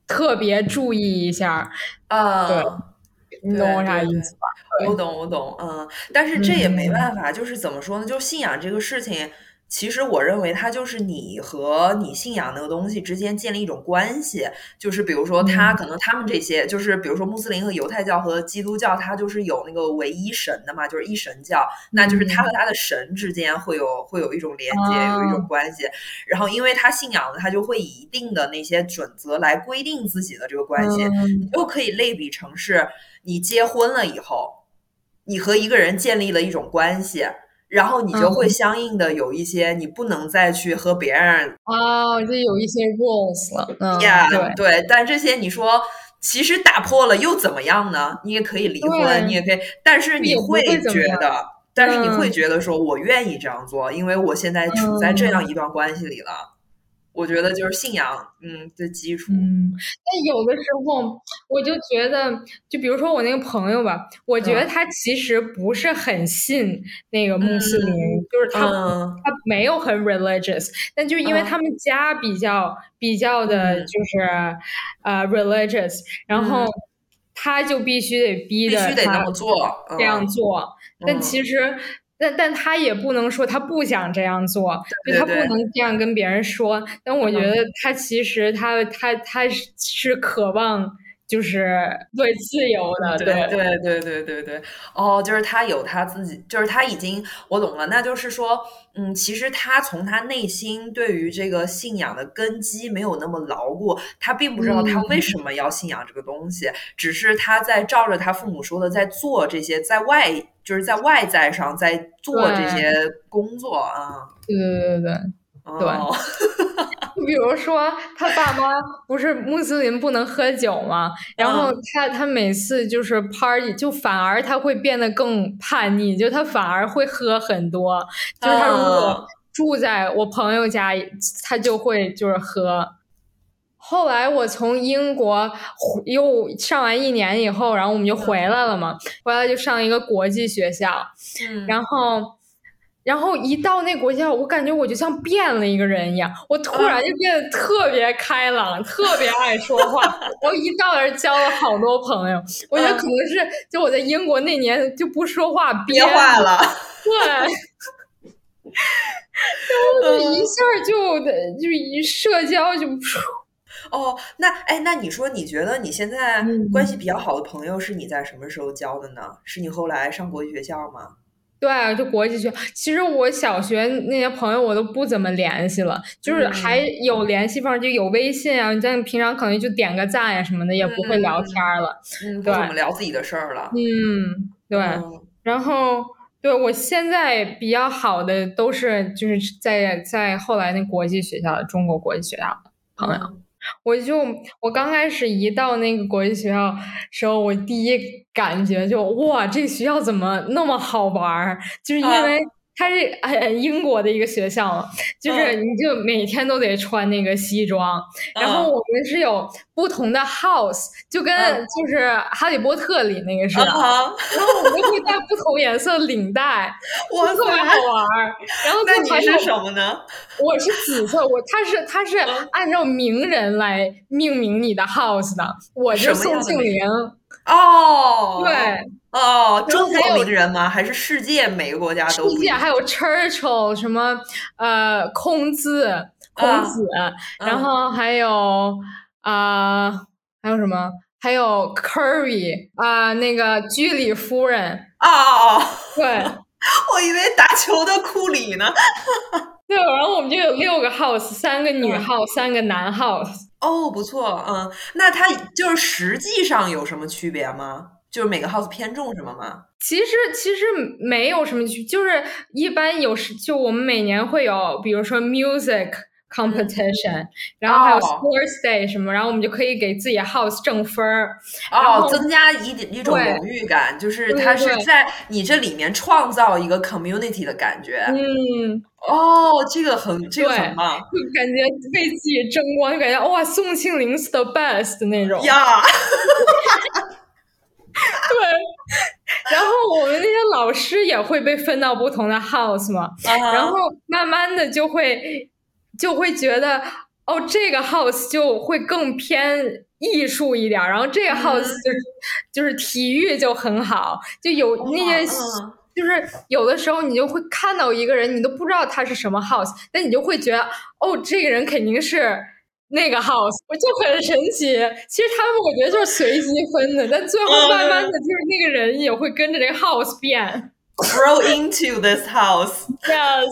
S3: 特别注意一下
S4: 啊。
S3: 对，你懂我啥意思吧？
S4: 我懂，我懂，嗯，但是这也没办法，嗯、就是怎么说呢？就是信仰这个事情，其实我认为它就是你和你信仰那个东西之间建立一种关系。就是比如说，他可能他们这些，嗯、就是比如说穆斯林和犹太教和基督教，它就是有那个唯一神的嘛，就是一神教，嗯、那就是他和他的神之间会有会有一种连接，嗯、有一种关系。然后，因为他信仰的，他就会以一定的那些准则来规定自己的这个关系，嗯、你就可以类比成是你结婚了以后。你和一个人建立了一种关系，然后你就会相应的有一些你不能再去和别人
S3: 哦，就有一些 rules 了，嗯，
S4: yeah,
S3: 对
S4: 对，但这些你说其实打破了又怎么样呢？你也可以离婚，你也可以，但是你会觉得，但是你会觉得说我愿意这样做，因为我现在处在这样一段关系里了。嗯我觉得就是信仰，嗯的基础。
S3: 嗯，但有的时候我就觉得，就比如说我那个朋友吧，我觉得他其实不是很信那个穆斯林，嗯、就是他、嗯、他没有很 religious， 但就因为他们家比较、嗯、比较的就是、嗯、呃 religious， 然后他就必须得逼着他
S4: 必须得那么做，
S3: 这样做，嗯、但其实。但但他也不能说他不想这样做，
S4: 对对对
S3: 就他不能这样跟别人说。但我觉得他其实他、嗯、他他是渴望就是对自由的，
S4: 对对对对对对。哦，就是他有他自己，就是他已经我懂了，那就是说，嗯，其实他从他内心对于这个信仰的根基没有那么牢固，他并不知道他为什么要信仰这个东西，嗯、只是他在照着他父母说的在做这些在外。就是在外在上在做这些工作啊，
S3: 对对对对对，
S4: 哦、
S3: 比如说他爸妈不是穆斯林不能喝酒吗？然后他他每次就是 party， 就反而他会变得更叛逆，就他反而会喝很多。就是他如果住在我朋友家，他就会就是喝。后来我从英国又上完一年以后，然后我们就回来了嘛，回来就上一个国际学校，
S4: 嗯、
S3: 然后然后一到那国际学校，我感觉我就像变了一个人一样，我突然就变得特别开朗，嗯、特别爱说话，然后一到那儿交了好多朋友。我觉得可能是就我在英国那年就不说话
S4: 憋坏了，
S3: 对。然后就一下就就一社交就。
S4: 哦，那哎，那你说，你觉得你现在关系比较好的朋友是你在什么时候交的呢？嗯、是你后来上国际学校吗？
S3: 对，就国际学校。其实我小学那些朋友我都不怎么联系了，就是还有联系方，就有微信啊，但平常可能就点个赞呀、啊、什么的，也不会聊天了。
S4: 嗯，不怎么聊自己的事儿了。
S3: 嗯，对。嗯、然后，对我现在比较好的都是就是在在后来那国际学校的中国国际学校的朋友。嗯我就我刚开始一到那个国际学校时候，我第一感觉就哇，这个学校怎么那么好玩？就是因为它是呃英国的一个学校嘛，就是你就每天都得穿那个西装，然后我们是有不同的 house， 就跟就是哈利波特里那个似的，然后我们会带不同颜色领带，
S4: 哇，
S3: 特别好玩。然后
S4: 那你是什么呢？
S3: 我是紫色，我他是他是按照名人来命名你的 house 的，我是宋庆龄。
S4: 哦，
S3: 对，
S4: 哦，中国名人吗？还是世界每个国家都？
S3: 世界还有 Churchill 什么呃孔子孔子，啊、然后还有啊、呃、还有什么？还有 Curry 啊、呃、那个居里夫人。
S4: 哦，
S3: 对，
S4: 我以为打球的库里呢。
S3: 对，然后我们就有六个 house， 三个女 house，、嗯、三个男 house。
S4: 哦，不错，嗯，那它就是实际上有什么区别吗？就是每个 house 偏重什么吗？
S3: 其实其实没有什么区别，就是一般有时就我们每年会有，比如说 music competition，、嗯、然后还有 sports day 什么，然后我们就可以给自己的 house 挣分儿，
S4: 哦，增加一一种荣誉感，就是它是在你这里面创造一个 community 的感觉。
S3: 嗯，
S4: 哦，这个很这个很棒，
S3: 就感觉为自己争光，就感觉哇，宋庆龄是 the best 那种
S4: 呀。
S3: 对，然后我们那些老师也会被分到不同的 house 嘛， uh-huh. 然后慢慢的就会就会觉得哦，这个 house 就会更偏艺术一点，然后这个 house 就、嗯、就是体育就很好，就有那些、哦、就是有的时候你就会看到一个人，你都不知道他是什么 house， 但你就会觉得哦，这个人肯定是那个 house， 我就很神奇。其实他们我觉得就是随机分的，但最后慢慢的就是那个人也会跟着这个 house 变。
S4: Grow into this house.
S3: Yes.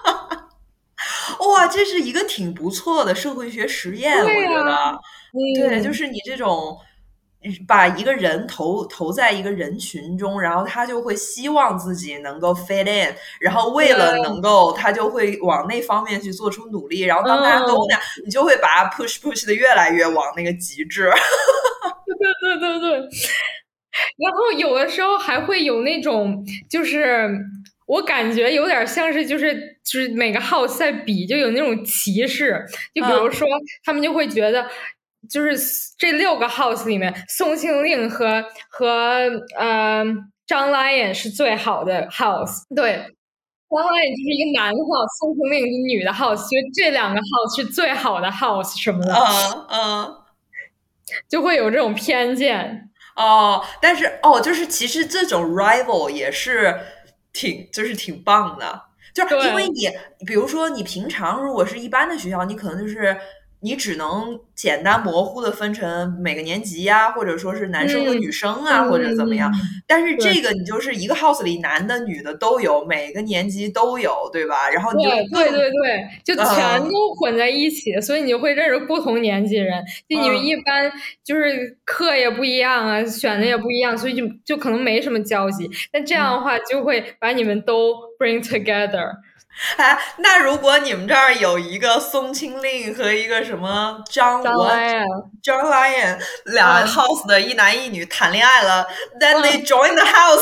S4: 哇，这是一个挺不错的社会学实验，
S3: 啊、
S4: 我觉得、
S3: 嗯。
S4: 对，就是你这种把一个人投投在一个人群中，然后他就会希望自己能够 fit in， 然后为了能够，他就会往那方面去做出努力，然后当大家都那样、嗯，你就会把它 push push 的越来越往那个极致。
S3: 对对对对。然后有的时候还会有那种，就是我感觉有点像是就是就是每个 house 在比，就有那种歧视。就比如说、嗯、他们就会觉得就是这六个 house 里面，宋庆龄和和呃张拉妍是最好的 house。对，张拉妍就是一个男 house， 宋庆龄是女的 house， 所以这两个 house 是最好的 house 什么的。
S4: 嗯嗯，
S3: 就会有这种偏见。
S4: 哦，但是哦，就是其实这种 rival 也是挺就是挺棒的，就是因为你比如说你平常如果是一般的学校，你可能就是你只能简单模糊的分成每个年级呀、啊，或者说是男生和女生啊、嗯、或者怎么样、嗯、但是这个你就是一个 house 里男的女的都有，每个年级都有，对吧？然后你就
S3: 对对对对，就全都混在一起、嗯、所以你就会认识不同年级人，就你们一般就是课也不一样啊、嗯、选的也不一样，所以就就可能没什么交集，但这样的话就会把你们都 bring together。
S4: 哎，那如果你们这儿有一个宋庆龄和一个什么张
S3: 张拉妍
S4: 张拉妍俩 house 的一男一女谈恋爱了、嗯、then they join the house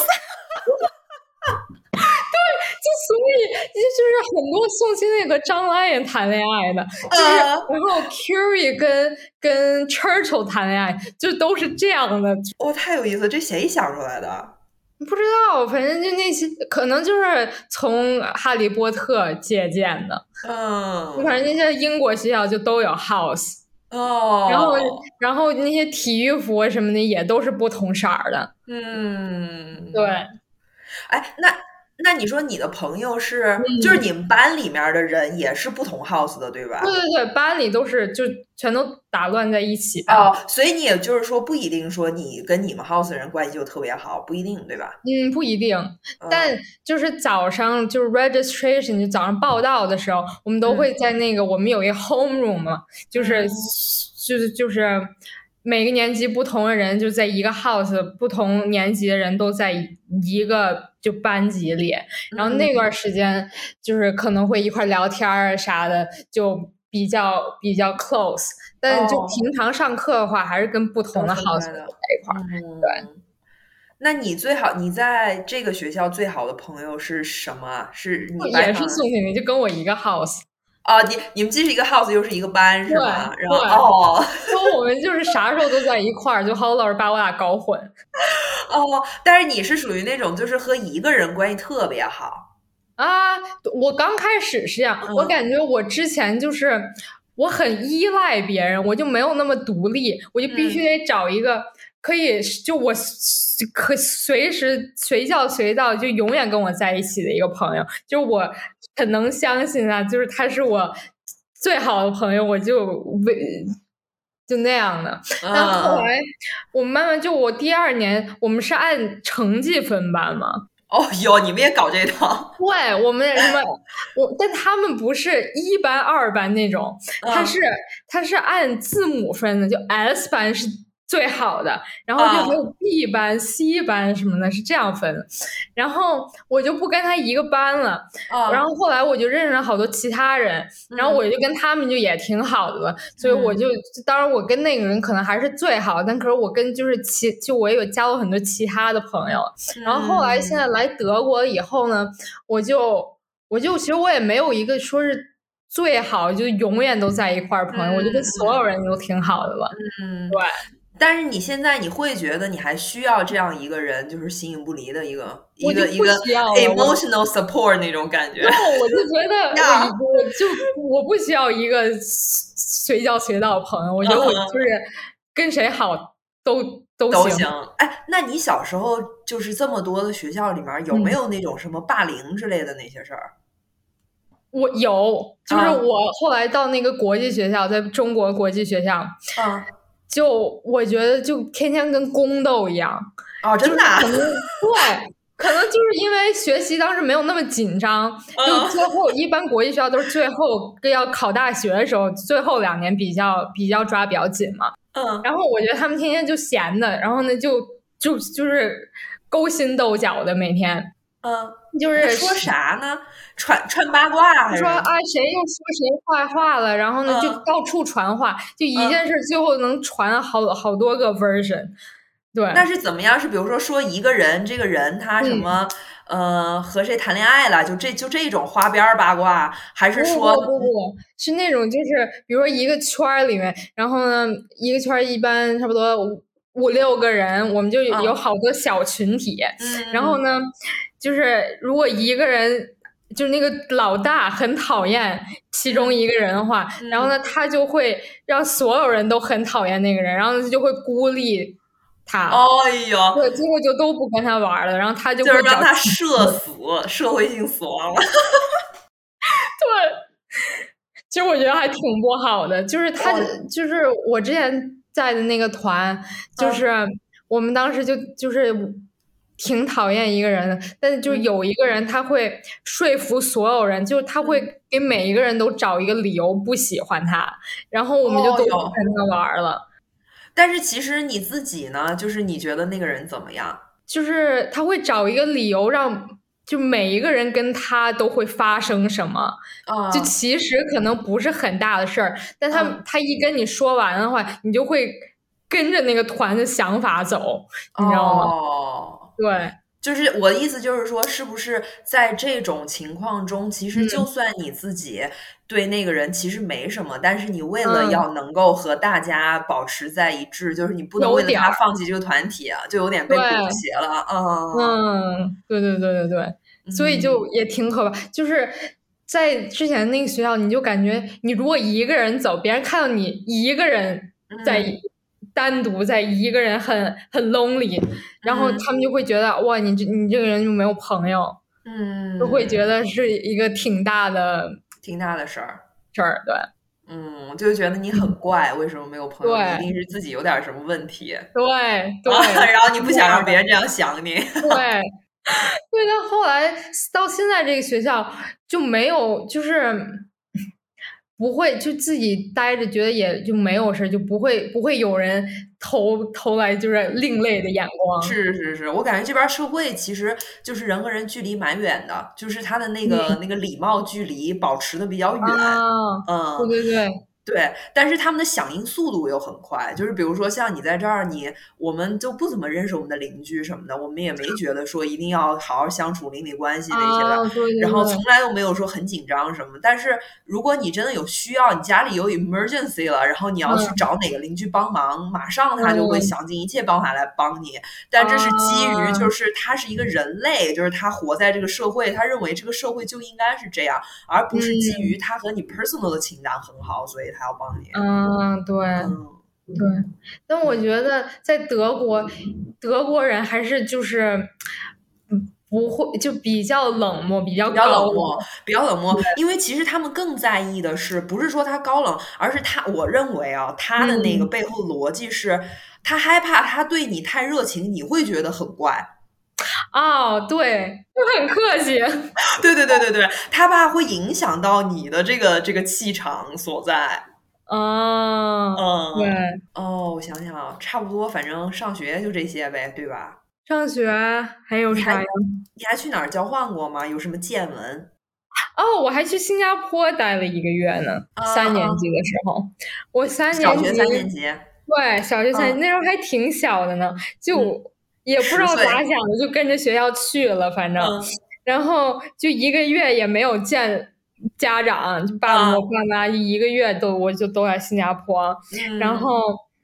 S3: 对，就所以就是很多宋庆龄和张拉妍谈恋爱的，就是、uh, 然后 Curie 跟跟 Churchill 谈恋爱，就都是这样的。
S4: 哦，太有意思了，这谁想出来的？
S3: 不知道，反正就那些可能就是从哈利波特借鉴的。
S4: 嗯，
S3: 反正那些英国学校就都有 house。
S4: 哦，
S3: 然后然后那些体育服什么的也都是不同色儿的。
S4: 嗯，
S3: 对。
S4: 哎，那那你说你的朋友是、嗯、就是你们班里面的人也是不同 house 的，对吧？
S3: 对对对，班里都是就全都打乱在一起的。
S4: 哦，所以你也就是说不一定说你跟你们 house 的人关系就特别好，不一定，对吧？
S3: 嗯，不一定。嗯、但就是早上就是 registration 就早上报到的时候，我们都会在那个、嗯、我们有一个 home room 嘛，就是、嗯、就是就是每个年级不同的人就在一个 house， 不同年级的人都在一个就班级里，然后那段时间就是可能会一块聊天啊啥的，就比较比较 close， 但就平常上课的话，还是跟不同的 house 在一块儿、嗯。对，
S4: 那你最好你在这个学校最好的朋友是什么？是你班上
S3: 也是宋庆龄，就跟我一个 house。
S4: 哦，你你们既是一个 house 又是一个班是吗？
S3: 对，
S4: 然后哦，
S3: 然后我们就是啥时候都在一块儿，就好老是把我俩搞混。
S4: 哦，但是你是属于那种就是和一个人关系特别好
S3: 啊？我刚开始是这样、嗯，我感觉我之前就是我很依赖别人，我就没有那么独立，我就必须得找一个可以、嗯、就我可随时随叫随到就永远跟我在一起的一个朋友，就我很能相信啊，就是他是我最好的朋友，我就为就那样的。但后来我慢慢就我第二年我们是按成绩分班嘛。
S4: 哦哟，你们也搞这套？
S3: 对，我们什么我，但他们不是一班二班那种，他是、嗯、他是按字母分的，就 S 班是最好的，然后就还有 B 班、uh, C 班什么的，是这样分的。然后我就不跟他一个班了， uh, 然后后来我就认识了好多其他人，然后我就跟他们就也挺好的了，嗯、所以我就当然我跟那个人可能还是最好，但可是我跟就是其就我也有交了很多其他的朋友。然后后来现在来德国以后呢，我就我就其实我也没有一个说是最好就永远都在一块儿朋友、嗯，我就跟所有人都挺好的了。
S4: 嗯，
S3: 对。
S4: 但是你现在你会觉得你还需要这样一个人，就是形影不离的一个一个一个 emotional support 那种感觉。
S3: 然后我就觉得我我就我不需要一个随叫随到的朋友，我觉得我就是跟谁好都都
S4: 都行。哎，那你小时候就是这么多的学校里面，有没有那种什么霸凌之类的那些事儿？
S3: 我有，就是我后来到那个国际学校，在中国国际学校，
S4: 啊，
S3: 就我觉得就天天跟宫斗一样。
S4: 哦，真的、啊？
S3: 可能对，可能就是因为学习当时没有那么紧张，就最后一般国际学校都是最后要考大学的时候，最后两年比较比较抓比较紧嘛。
S4: 嗯，
S3: 然后我觉得他们天天就闲的，然后呢就就就是勾心斗角的每天。
S4: 嗯，
S3: 就是
S4: 说啥呢？传传八卦还是
S3: 说啊，谁又说谁坏话了？然后呢，
S4: 嗯、
S3: 就到处传话，就一件事最后能传好好多个 version。对，
S4: 那是怎么样？是比如说说一个人，这个人他什么、嗯、呃和谁谈恋爱了？就这就这种花边八卦，还是说
S3: 不不不不是那种就是比如说一个圈里面，然后呢一个圈一般差不多五五六个人，我们就有好多小群体，
S4: 嗯、
S3: 然后呢就是如果一个人。就是那个老大很讨厌其中一个人的话，
S4: 嗯、
S3: 然后呢，他就会让所有人都很讨厌那个人，然后他就会孤立他。
S4: 哎呦，
S3: 对，最后就都不跟他玩了，然后他就
S4: 就是让他社死，社会性死亡了。
S3: 对，其实我觉得还挺不好的，就是他，
S4: 哦、
S3: 就是我之前在的那个团，就是我们当时就就是。挺讨厌一个人的，但是就有一个人他会说服所有人，嗯、就是他会给每一个人都找一个理由不喜欢他，然后我们就都不跟他玩了。
S4: 哦、但是其实你自己呢，就是你觉得那个人怎么样？
S3: 就是他会找一个理由让就每一个人跟他都会发生什么，
S4: 啊、
S3: 就其实可能不是很大的事儿，但他、
S4: 嗯、
S3: 他一跟你说完的话，你就会跟着那个团的想法走，你知道吗？
S4: 哦。
S3: 对，
S4: 就是我的意思就是说，是不是在这种情况中，其实就算你自己对那个人其实没什么，嗯、但是你为了要能够和大家保持在一致，嗯、就是你不能为了他放弃这个团体，就有点被裹挟了。嗯
S3: 嗯，对对对对对，
S4: 嗯、
S3: 所以就也挺可怕。就是在之前那个学校，你就感觉你如果一个人走，别人看到你一个人在。嗯单独在一个人很很 lonely， 然后他们就会觉得、嗯、哇，你这你这个人就没有朋友，
S4: 嗯，
S3: 就会觉得是一个挺大的
S4: 挺大的事儿
S3: 事儿，对，
S4: 嗯，就觉得你很怪，为什么没有朋友？你一定是自己有点什么问题，
S3: 对对、
S4: 啊，然后你不想让别人这样想你，
S3: 对，对，但后来到现在这个学校就没有，就是。不会就自己待着，觉得也就没有事，就不会不会有人投投来就是另类的眼光。
S4: 是是是，我感觉这边社会其实就是人和人距离蛮远的，就是他的那个、嗯、那个礼貌距离保持的比较远。
S3: 啊、
S4: 嗯，
S3: 对对对。
S4: 对，但是他们的响应速度又很快，就是比如说像你在这儿，你我们就不怎么认识我们的邻居什么的，我们也没觉得说一定要好好相处、邻里关系那些的，
S3: 啊、对对对，
S4: 然后从来都没有说很紧张什么。但是如果你真的有需要，你家里有 emergency 了，然后你要去找哪个邻居帮忙，嗯、马上他就会想尽一切办法来帮你。但这是基于就是他是一个人类，就是他活在这个社会，他认为这个社会就应该是这样，而不是基于他和你 personal 的情感很好，所以。还要帮你，
S3: 嗯，对，
S4: 嗯、
S3: 对，但我觉得在德国，德国人还是就是不会，就比较冷漠，比较
S4: 比较
S3: 冷
S4: 漠，比较冷漠。因为其实他们更在意的是，不是说他高冷，而是他，我认为啊，他的那个背后逻辑是，嗯、他害怕他对你太热情，你会觉得很怪。
S3: 哦，对，就很客气。
S4: 对对对对对，他怕会影响到你的这个这个气场所在。
S3: 哦，
S4: 嗯，
S3: 对。
S4: 哦，我想想，差不多，反正上学就这些呗，对吧？
S3: 上学还有啥呀？
S4: 你还去哪儿交换过吗？有什么见闻？
S3: 哦，我还去新加坡待了一个月呢。
S4: 啊、
S3: 三年级的时候，我三年级，
S4: 小学三年级，
S3: 对，小学三年级、
S4: 嗯、
S3: 那时候还挺小的呢，就。嗯也不知道咋想的，就跟着学校去了，反正，
S4: 嗯、
S3: 然后就一个月也没有见家长，就爸爸、我爸妈一个月都我就都在新加坡，
S4: 嗯、
S3: 然后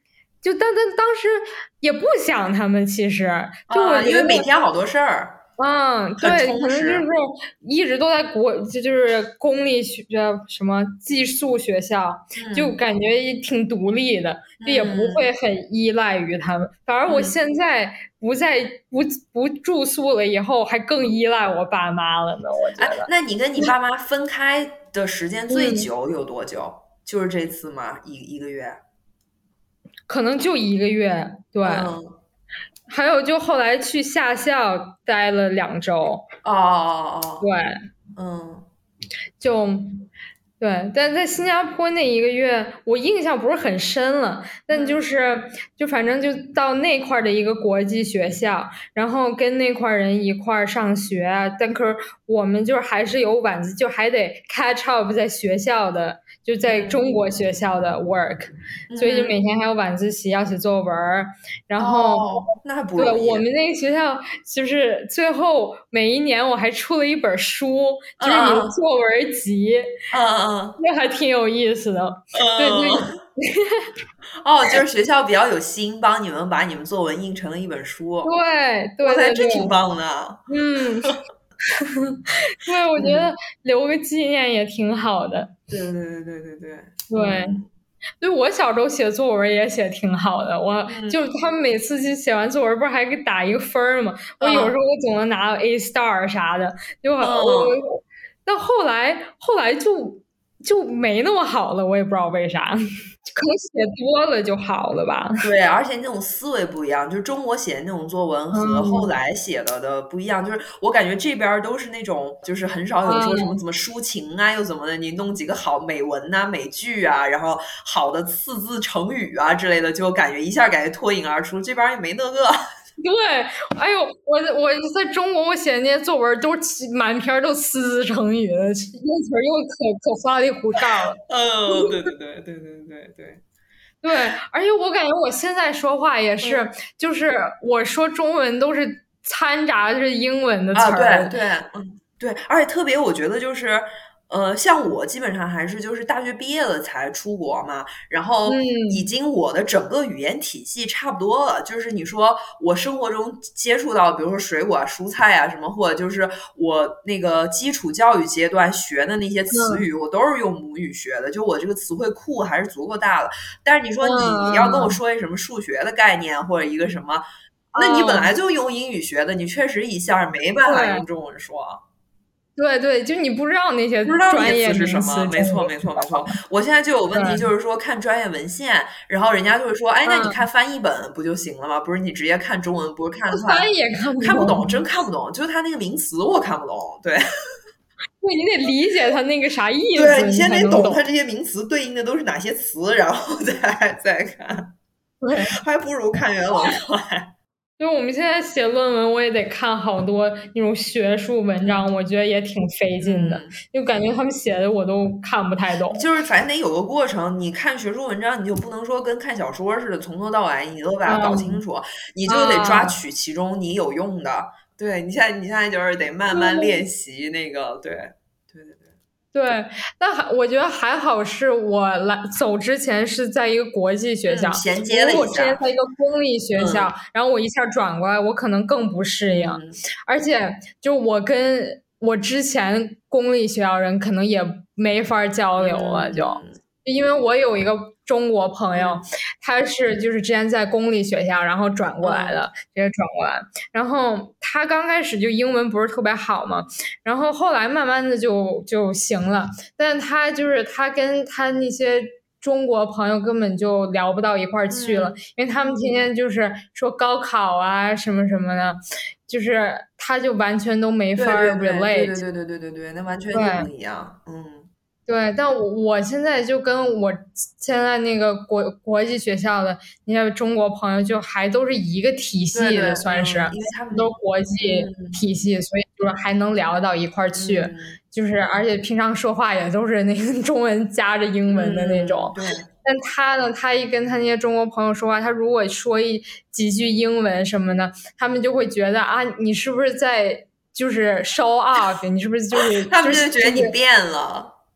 S3: 就但但当时也不想他们，其实就我、
S4: 啊、因为每天好多事儿。
S3: 嗯，对，可能就是一直都在国，就就是公立学什么寄宿学校，
S4: 嗯、
S3: 就感觉也挺独立的，就也不会很依赖于他们。反而我现在不在不不住宿了以后，还更依赖我爸妈了呢。我觉得，
S4: 哎，那你跟你爸妈分开的时间最久有多久？嗯、就是这次吗？一一个月？
S3: 可能就一个月，对。
S4: 嗯
S3: 还有就后来去夏校待了两周。
S4: 哦哦哦，
S3: 对，
S4: 嗯，
S3: 就对，但在新加坡那一个月，我印象不是很深了，但就是就反正就到那块的一个国际学校，然后跟那块人一块上学，但可是我们就是还是有晚自，就还得 catch up 在学校的。就在中国学校的 work，、嗯、所以就每天还有晚自习要写作文，然后、
S4: 哦、那还不
S3: 对
S4: 容易。
S3: 我们那个学校就是最后每一年我还出了一本书，嗯、就是你的作文集，
S4: 嗯嗯，
S3: 那还挺有意思的。嗯、对对。
S4: 哦，就是学校比较有心，帮你们把你们作文印成了一本书。
S3: 对对对对，
S4: 这挺棒的。
S3: 嗯。对，我觉得留个纪念也挺好的。
S4: 对对对对对对
S3: 对。对，对我小时候写作文也写挺好的，我、嗯、就他们每次就写完作文不是还给打一个分吗？我有时候我总能拿到 A star 啥的，就我、嗯、但后来后来就就没那么好了，我也不知道为啥。可能写多了就好了吧。
S4: 对，而且那种思维不一样，就是中国写的那种作文和后来写了的不一样。嗯、就是我感觉这边都是那种，就是很少有说什么怎么抒情啊，嗯、又怎么的，你弄几个好美文呐、啊、美句啊，然后好的四字成语啊之类的，就感觉一下感觉脱颖而出。这边也没那个。
S3: 对，哎呦，我我在中国我写的那些作文都是满篇都四字成语的，用词又可可花里胡哨了。
S4: 嗯，对对对对对对对
S3: 对，而且我感觉我现在说话也是，嗯、就是我说中文都是掺杂着英文的词儿。
S4: 啊，对对，嗯，对，而且特别我觉得就是。呃，像我基本上还是就是大学毕业了才出国嘛，然后已经我的整个语言体系差不多了。嗯、就是你说我生活中接触到，比如说水果啊、蔬菜啊什么，或者就是我那个基础教育阶段学的那些词语，嗯、我都是用母语学的，就我这个词汇库还是足够大的。但是你说你要跟我说一什么数学的概念，嗯、或者一个什么，那你本来就用英语学的，你确实一下没办法用中文说。
S3: 对对，就你不知道那些
S4: 不知道
S3: 专业
S4: 是什么，没错没错没错。我现在就有问题，就是说看专业文献，然后人家就会说，哎，那你看翻译本不就行了吗？不是你直接看中文，不是看
S3: 翻译也看不懂，
S4: 看不懂，真看不懂。就是他那个名词我看不懂，对。
S3: 对，你得理解他那个啥意思。
S4: 对，你先得
S3: 懂
S4: 他这些名词对应的都是哪些词，然后再再看。
S3: 对，
S4: 还不如看原文快。
S3: 因为我们现在写论文，我也得看好多那种学术文章，我觉得也挺费劲的，嗯、就感觉他们写的我都看不太懂。
S4: 就是反正得有个过程，你看学术文章，你就不能说跟看小说似的，从头到尾你都把它搞清楚，嗯、你就得抓取其中你有用的。啊、对，你现在你现在就是得慢慢练习那个，对，对对对。
S3: 对，但还我觉得还好，是我来走之前是在一个国际学校，
S4: 嗯、衔接了一下。
S3: 我之前在一个公立学校，嗯、然后我一下转过来，我可能更不适应。嗯、而且，就我跟我之前公立学校人可能也没法交流了，就、嗯、因为我有一个中国朋友，嗯、他是就是之前在公立学校，然后转过来的，嗯、直接转过来，然后他刚开始就英文不是特别好嘛，然后后来慢慢的就就行了，但他就是他跟他那些中国朋友根本就聊不到一块儿去了，嗯、因为他们天天就是说高考啊什么什么的，就是他就完全都没法 relate。
S4: 对对对对对对对，那完全就不一样，嗯。
S3: 对，但我我现在就跟我现在那个国国际学校的那些中国朋友，就还都是一个体系的，
S4: 对对
S3: 算是，
S4: 嗯、因为他们
S3: 都国际体系，嗯、所以就是还能聊到一块儿去，嗯、就是而且平常说话也都是那个中文夹着英文的那种。
S4: 嗯、对。
S3: 但他呢，他一跟他那些中国朋友说话，他如果说一几句英文什么的，他们就会觉得啊，你是不是在就是 show off？你是不是就是
S4: 他们就觉得你变了。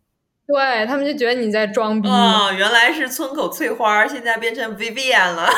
S3: 对他们就觉得你在装逼。
S4: 哦，原来是村口翠花，现在变成 Vivian 了。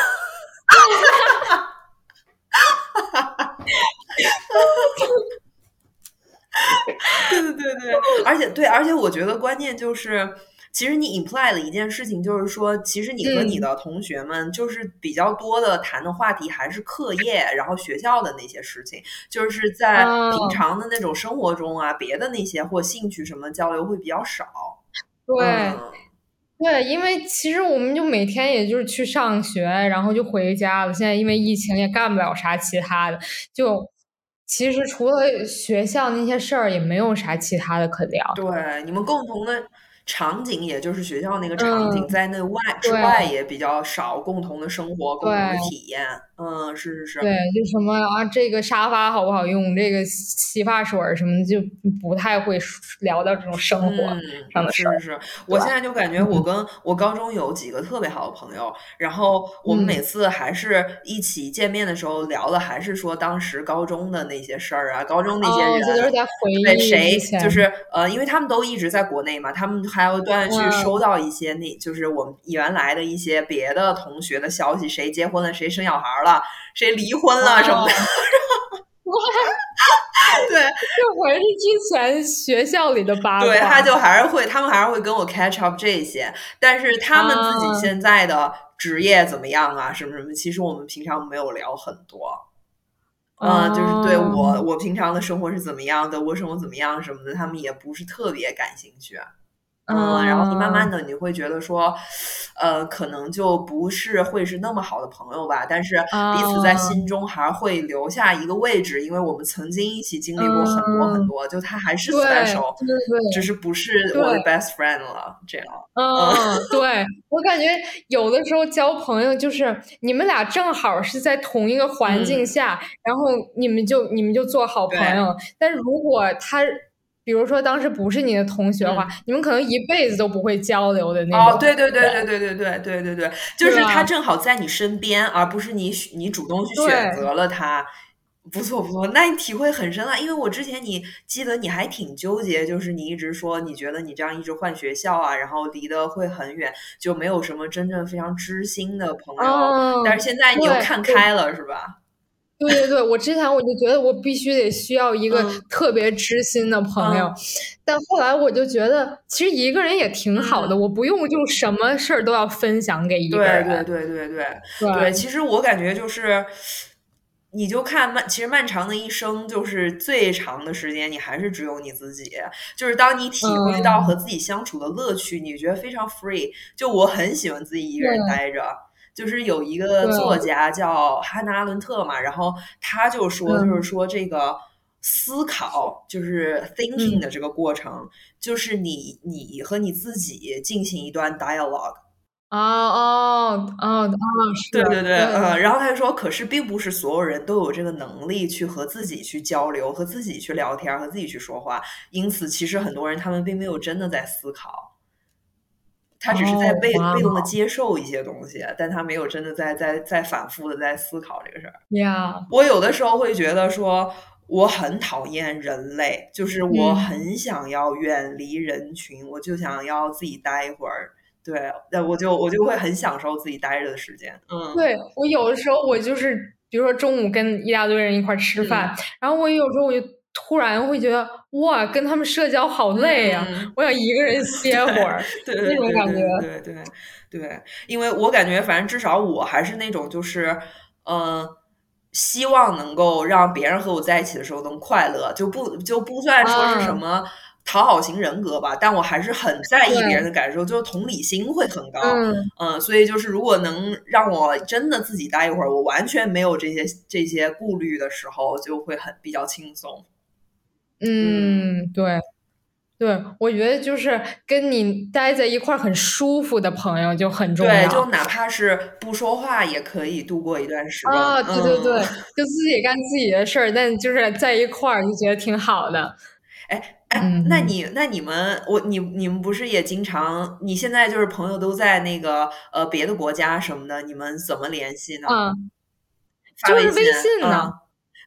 S4: 对对对对，而且对，而且我觉得关键就是。其实你 imply 了一件事情，就是说，其实你和你的同学们就是比较多的谈的话题还是课业，然后学校的那些事情，就是在平常的那种生活中啊，别的那些或兴趣什么交流会比较少。
S3: 对、
S4: 嗯、
S3: 对，因为其实我们就每天也就是去上学，然后就回家了。现在因为疫情也干不了啥其他的，就其实除了学校那些事儿，也没有啥其他的可聊。
S4: 对，你们共同的场景也就是学校那个场景，
S3: 嗯、
S4: 在那外之外也比较少共同的生活、共同的体验。嗯，是是是。
S3: 对，就什么啊，这个沙发好不好用，这个洗发水什么的，就不太会聊到这种生活上的事儿。
S4: 嗯、是是是，我现在就感觉我跟、嗯、我高中有几个特别好的朋友，然后我们每次还是一起见面的时候聊的还是说当时高中的那些事儿啊，高中那些人，
S3: 哦、这都是在回忆
S4: 对谁就是呃，因为他们都一直在国内嘛，他们还要不断去收到一些那、嗯、就是我们原来的一些别的同学的消息，谁结婚了，谁生小孩了，谁离婚了什么的。
S3: 哦、
S4: 对，
S3: 这回是之前学校里的八卦。
S4: 对，他就还是会，他们还是会跟我 catch up 这些，但是他们自己现在的职业怎么样啊，什么什么，其实我们平常没有聊很多。嗯、呃，就是对我，我平常的生活是怎么样的，我生活怎么样什么的，他们也不是特别感兴趣。嗯，然后你慢慢的你会觉得说，呃，可能就不是会是那么好的朋友吧，但是彼此在心中还会留下一个位置，因为我们曾经一起经历过很多很多，就他还是 special，
S3: 对对对，
S4: 只是不是我的 best friend 了，这样。
S3: 嗯，对，我感觉有的时候交朋友就是你们俩正好是在同一个环境下，嗯、然后你们就你们就做好朋友，但是如果他。比如说当时不是你的同学的话、嗯、你们可能一辈子都不会交流的那种。
S4: 哦，对对对对对对对对对对，就是他正好在你身边，而不是你你主动去选择了他。不错不错，那你体会很深啊。因为我之前你记得你还挺纠结，就是你一直说你觉得你这样一直换学校啊，然后离得会很远，就没有什么真正非常知心的朋友。
S3: 哦、
S4: 但是现在你又看开了，是吧？
S3: 对对对，我之前我就觉得我必须得需要一个特别知心的朋友，嗯、但后来我就觉得其实一个人也挺好的，嗯、我不用就什么事儿都要分享给一个人。
S4: 对对对对对 对, 对，其实我感觉就是你就看漫，其实漫长的一生就是最长的时间，你还是只有你自己。就是当你体会到和自己相处的乐趣，嗯、你觉得非常 free。就我很喜欢自己一个人待着。就是有一个作家叫哈娜·阿伦特嘛，然后他就说，就是说这个思考，就是 thinking 的这个过程，嗯、就是你你和你自己进行一段 dialogue。
S3: 哦哦哦哦，
S4: 对对对，嗯，然后他就说，可是并不是所有人都有这个能力去和自己去交流，和自己去聊天，和自己去说话，因此其实很多人他们并没有真的在思考。他只是在被、oh, wow. 被动的接受一些东西，但他没有真的在在在反复的在思考这个事儿。
S3: Yeah.
S4: 我有的时候会觉得说，我很讨厌人类，就是我很想要远离人群，嗯、我就想要自己待一会儿。对，那我就我就会很享受自己待着的时间。嗯，
S3: 对，我有的时候我就是，比如说中午跟一大堆人一块吃饭，嗯、然后我有时候我就。突然会觉得哇，跟他们社交好累啊！
S4: 嗯、
S3: 我想一个人歇会儿，
S4: 对对对
S3: 那种感觉。
S4: 对对对对，因为我感觉，反正至少我还是那种，就是呃，希望能够让别人和我在一起的时候能快乐，就不就不算说是什么讨好型人格吧，啊、但我还是很在意别人的感受，就是同理心会很高。
S3: 嗯、
S4: 呃，所以就是如果能让我真的自己待一会儿，我完全没有这些这些顾虑的时候，就会很比较轻松。
S3: 嗯，对，对，我觉得就是跟你待在一块儿很舒服的朋友就很重要。
S4: 对，就哪怕是不说话也可以度过一段时光。
S3: 啊，对对对，
S4: 嗯、
S3: 就自己干自己的事儿，但就是在一块儿就觉得挺好的。
S4: 哎哎，那你那你们我你你们不是也经常？你现在就是朋友都在那个呃别的国家什么的，你们怎么联系呢？
S3: 嗯，
S4: 发微信
S3: 就是微信呢。
S4: 嗯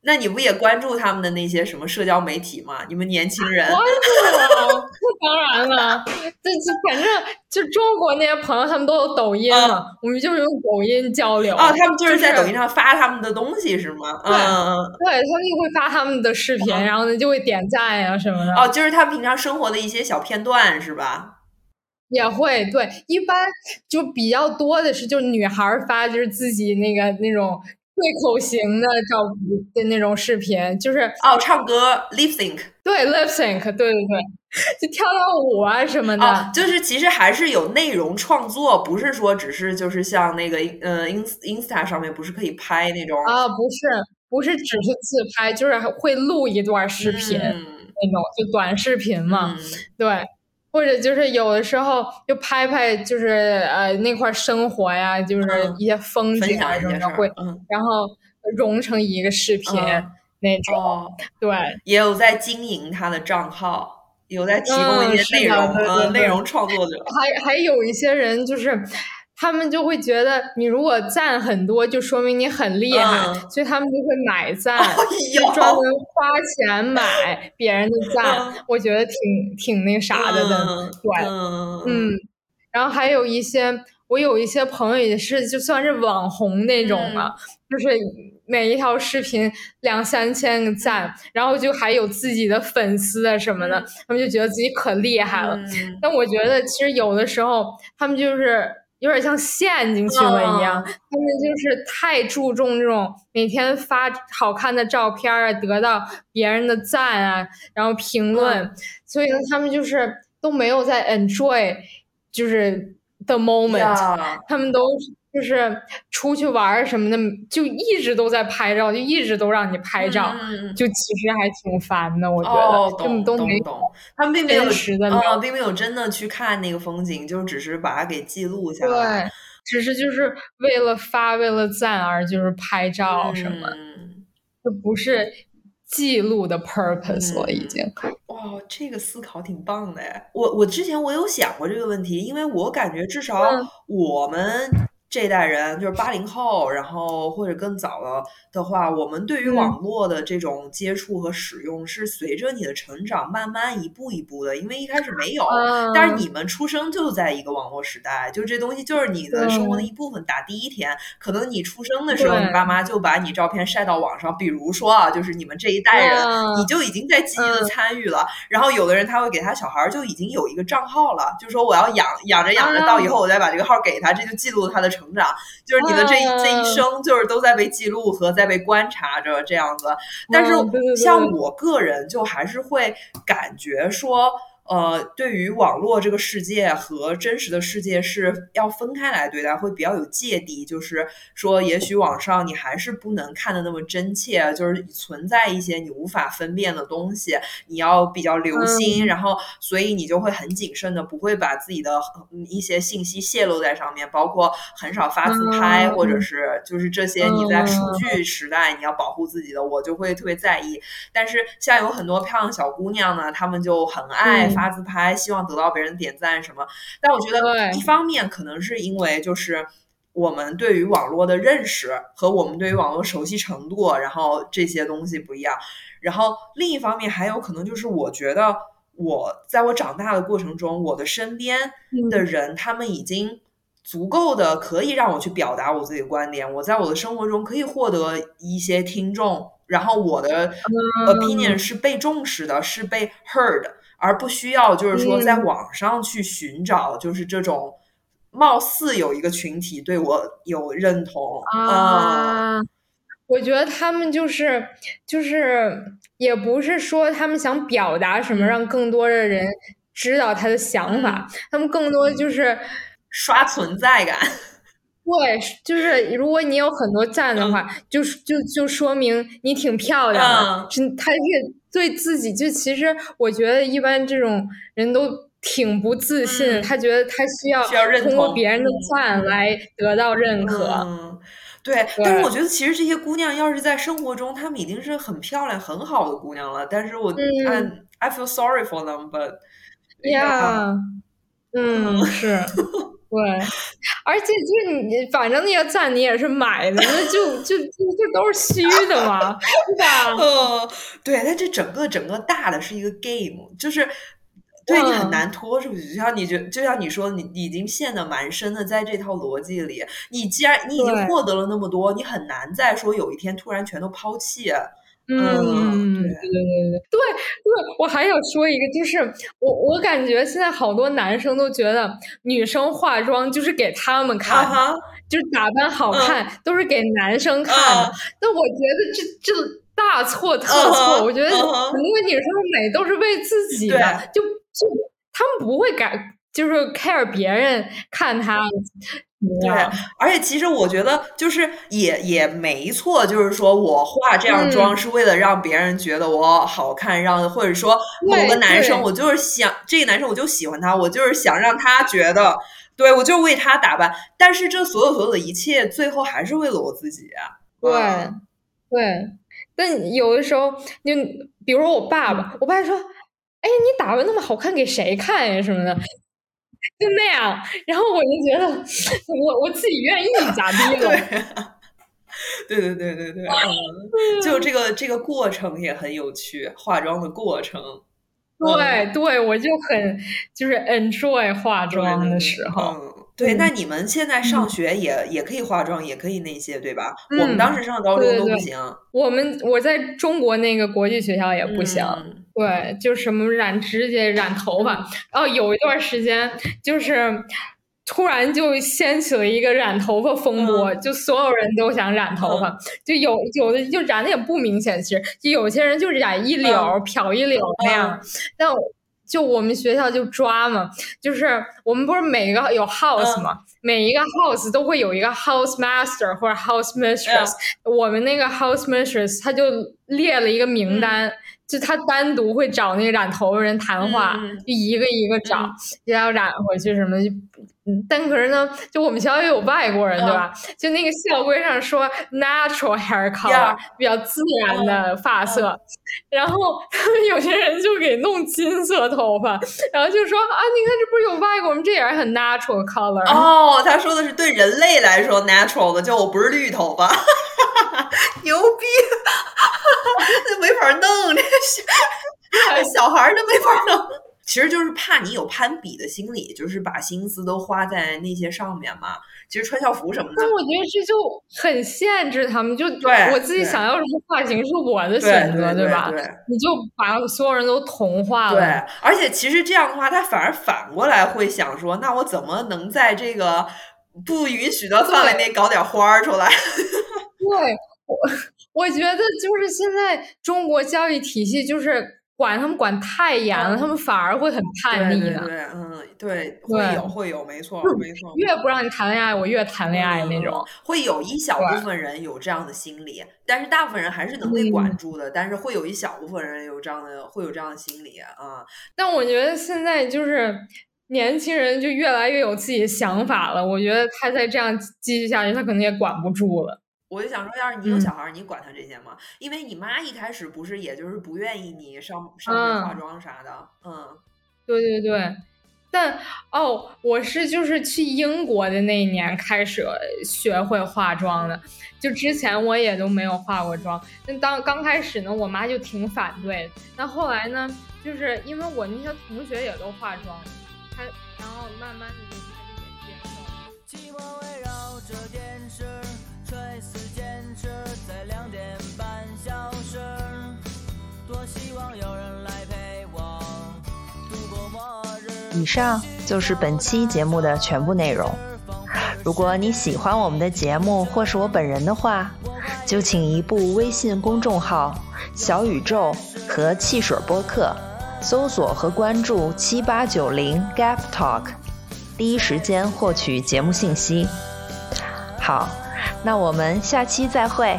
S4: 那你不也关注他们的那些什么社交媒体吗？你们年轻人
S3: 关注啊，当然了，这这反正就中国那些朋友他们都有抖音嘛，嗯、我们就是用抖音交流。
S4: 哦，他们就是在抖音上发他们的东西是吗？
S3: 对，
S4: 嗯，
S3: 对，他们就会发他们的视频，嗯、然后呢就会点赞呀、啊、什么的。
S4: 哦，就是他们平常生活的一些小片段是吧？
S3: 也会，对，一般就比较多的是，就是女孩发就是自己那个那种对口型的照的那种视频，就是
S4: 哦，唱歌 lip sync，
S3: 对 lip sync， 对对对，就跳跳舞啊什么的。
S4: 哦，就是其实还是有内容创作，不是说只是就是像那个呃 Insta 上面不是可以拍那种
S3: 啊，不是不是只是自拍，就是会录一段视频、嗯、那种，就短视频嘛，嗯、对。或者就是有的时候就拍拍，就是呃那块生活呀，就是一些风景啊什么的，会、
S4: 嗯，
S3: 然后融成一个视频、嗯、那种、
S4: 哦，
S3: 对，
S4: 也有在经营他的账号，有在提供一些内容，
S3: 嗯，对对对
S4: 呃，内容创作者，
S3: 还还有一些人就是。他们就会觉得你如果赞很多，就说明你很厉害，
S4: 嗯、
S3: 所以他们就会买赞，
S4: 哦、
S3: 就专门花钱买别人的赞。
S4: 嗯、
S3: 我觉得挺挺那啥的的，
S4: 嗯、
S3: 对，
S4: 嗯,
S3: 嗯。然后还有一些，我有一些朋友也是，就算是网红那种嘛，嗯、就是每一条视频两三千个赞，嗯、然后就还有自己的粉丝啊什么的，嗯、他们就觉得自己可厉害了。
S4: 嗯、
S3: 但我觉得其实有的时候他们就是有点像陷进去了一样，
S4: 嗯、
S3: 他们就是太注重这种每天发好看的照片啊，得到别人的赞啊，然后评论，
S4: 嗯、
S3: 所以呢，他们就是都没有在 enjoy。就是 the moment，
S4: yeah.
S3: 他们都就是出去玩什么的，就一直都在拍照，就一直都让你拍照，
S4: 嗯、
S3: 就其实还挺烦的，我觉得。
S4: 哦，
S3: 懂
S4: 懂懂懂，他们并没有
S3: 真实的，
S4: 嗯，并没有真的去看那个风景，就只是把它给记录下来。
S3: 对，只是就是为了发、为了赞而就是拍照什么，
S4: 嗯、
S3: 就不是记录的 purpose 了，已经。
S4: 哇，这个思考挺棒的哎！我我之前我有想过这个问题，因为我感觉至少我们这代人，就是八零后，然后或者更早了的话，我们对于网络的这种接触和使用是随着你的成长慢慢一步一步的，因为一开始没有，
S3: 嗯、
S4: 但是你们出生就在一个网络时代，就这东西就是你的生活的一部分。打第一天，可能你出生的时候，你爸妈就把你照片晒到网上，比如说啊，就是你们这一代人，
S3: 嗯、
S4: 你就已经在积极的参与了。嗯、然后有的人他会给他小孩就已经有一个账号了，就说我要养养着养着，到以后我再把这个号给他，这就记录他的成长。就是你的这一、嗯、这一生，就是都在被记录和在被观察着这样子。但是像我个人，就还是会感觉说。呃，对于网络这个世界和真实的世界是要分开来对待，会比较有芥蒂。就是说，也许网上你还是不能看得那么真切，就是存在一些你无法分辨的东西，你要比较留心，嗯、然后所以你就会很谨慎的，不会把自己的一些信息泄露在上面，包括很少发自拍，嗯、或者是就是这些你在数据时代你要保护自己的，我就会特别在意。但是像有很多漂亮小姑娘呢，她们就很爱发自拍，希望得到别人点赞什么。但我觉得一方面可能是因为就是我们对于网络的认识和我们对于网络熟悉程度，然后这些东西不一样。然后另一方面还有可能就是我觉得我在我长大的过程中，我的身边的人、嗯、他们已经足够的可以让我去表达我自己的观点，我在我的生活中可以获得一些听众，然后我的 opinion 是被重视的，是被 heard，而不需要就是说在网上去寻找就是这种貌似有一个群体对我有认同
S3: 啊、嗯、我觉得他们就是就是也不是说他们想表达什么、嗯、让更多的人知道他的想法、嗯、他们更多就是
S4: 刷存在感。
S3: 对，就是如果你有很多赞的话、嗯、就就就说明你挺漂亮的、嗯、是他是对自己，就其实我觉得一般这种人都挺不自信、嗯、他觉得他需要
S4: 需要认同
S3: 通过别人的赞来得到认可。
S4: 嗯，对, 对，但是我觉得其实这些姑娘要是在生活中她们已经是很漂亮很好的姑娘了，但是我、嗯、I, I feel sorry for them but
S3: yeah 嗯是对，而且就是你，反正那个赞你也是买的，那就就就就都是虚的嘛，对吧？
S4: 嗯，对，但这整个整个大的是一个 game， 就是对你很难拖出去。就像你觉，就像你说，你你已经陷得蛮深的，在这套逻辑里，你既然你已经获得了那么多，你很难再说有一天突然全都抛弃。
S3: 嗯，对对对对对对，我还想说一个，就是我我感觉现在好多男生都觉得女生化妆就是给他们看，
S4: 啊、
S3: 就是打扮好看、嗯、都是给男生看的。
S4: 啊、
S3: 但我觉得这这大错特错，
S4: 啊、
S3: 我觉得很多女生的美都是为自己的，就就他们不会改，就是 care 别人看他。
S4: 对，而且其实我觉得就是也也没错，就是说我化这样妆是为了让别人觉得我好看，嗯、让或者说某个男生，我就是想这个男生我就喜欢他，我就是想让他觉得，对我就是为他打扮。但是这所有所有的一切，最后还是为了我自己啊。
S3: 对、嗯、对，但有的时候就比如说我爸爸，嗯、我爸说：“哎，你打扮那么好看，给谁看呀？什么的。”就那样，然后我就觉得我我自己愿意咋地了。
S4: 对对对对对，嗯，就这个这个过程也很有趣，化妆的过程。
S3: 对、
S4: 嗯、
S3: 对，我就很就是 enjoy 化妆的时候。
S4: 嗯，对，那你们现在上学也、嗯、也可以化妆，也可以那些，对吧？
S3: 嗯、
S4: 我们当时上高中都不行。
S3: 对对对，我们我在中国那个国际学校也不行。嗯，对，就什么染指甲、染头发，然后有一段时间就是突然就掀起了一个染头发风波，嗯、就所有人都想染头发，嗯、就有有的就染的也不明显，其实就有些人就染一绺、嗯、漂一绺那样，嗯、但就我们学校就抓嘛，就是我们不是每个有 house 嘛，嗯、每一个 house 都会有一个 house master 或者 house mistress，嗯、我们那个 house mistress 他就列了一个名单。嗯，就他单独会找那个染头的人谈话，
S4: 嗯、
S3: 就一个一个找，就、嗯、要染回去什么。但可是呢，就我们学校也有外国人，嗯、对吧？就那个校规上说 natural hair color， 比较自然的发色。嗯、然后他们有些人就给弄金色头发，然后就说啊，你看这不是有外国人，这也是很 natural color。
S4: 哦，他说的是对人类来说 natural 的，就我不是绿头发。牛逼，那没法弄，这小孩都没法弄。其实就是怕你有攀比的心理，就是把心思都花在那些上面嘛。其实穿校服什么的，
S3: 但我觉得这就很限制他们。就我自己想要什么发型是我的选择， 对, 对, 对吧？
S4: 对对，
S3: 你就把所有人都同化了。
S4: 对，而且其实这样的话，他反而反过来会想说，那我怎么能在这个不允许的范围内搞点花出来？
S3: 对，我我觉得就是现在中国教育体系就是管他们管太严了，嗯、他们反而会很叛逆的。
S4: 对, 对, 对，嗯，对，会有会有，没错没错。
S3: 越不让你谈恋爱，我越谈恋爱那种。
S4: 嗯、会有一小部分人有这样的心理，但是大部分人还是能被管住的。嗯、但是会有一小部分人有这样的，会有这样的心理啊。
S3: 但我觉得现在就是年轻人就越来越有自己的想法了。我觉得他再这样继续下去，他可能也管不住了。
S4: 我就想说，要是你有小孩，嗯、你管他这些吗？因为你妈一开始不是，也就是不愿意你上上学化妆啥的，嗯，
S3: 嗯对对对。但哦，我是就是去英国的那一年开始学会化妆的，就之前我也都没有化过妆。但当刚开始呢，我妈就挺反对的。但后来呢，就是因为我那些同学也都化妆，她然后慢慢的就开始也接受。寂寞围绕着电视。垂死坚持在两点半消失，多希望有人来陪我度过末日。以上就是本期节目的全部内容。如果你喜欢我们的节目或是我本人的话，就请移步微信公众号小宇宙和汽水播客，搜索和关注七八九零 Gap Talk， 第一时间获取节目信息。好，那我们下期再会。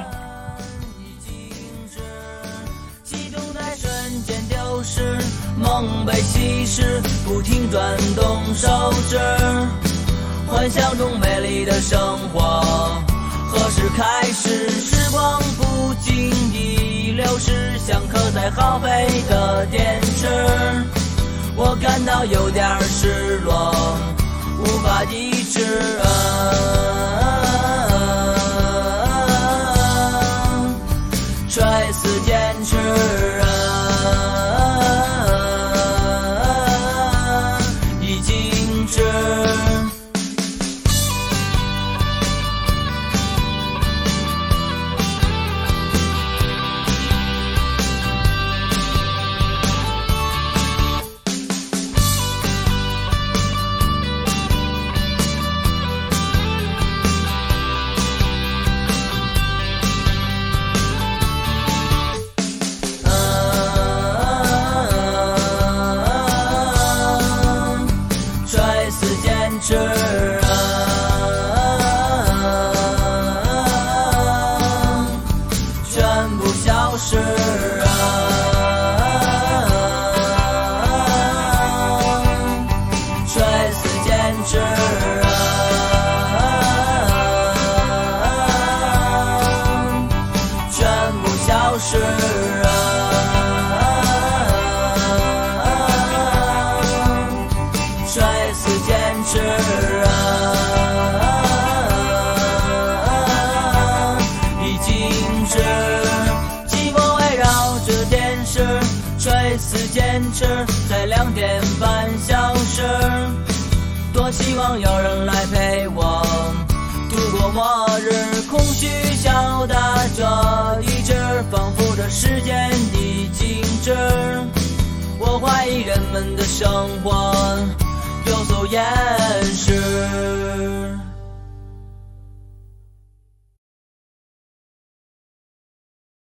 S3: 启动在瞬间丢失，梦被稀释，不停转动手指，幻想中美丽的生活何时开始？时光不经意流逝，像刻在耗费的电池，我感到有点失落，无
S1: 法抑制。啊垂死坚持啊，已静止。是啊，全部消失啊，垂死坚持啊，全部消失啊，垂死坚持啊，已静止。寂寞围绕着电视，垂死坚持，在两点半消失。多希望有人来陪我度过末日，空虚敲打着意志，仿佛这时间已静止。我怀疑人们的生活有所掩饰。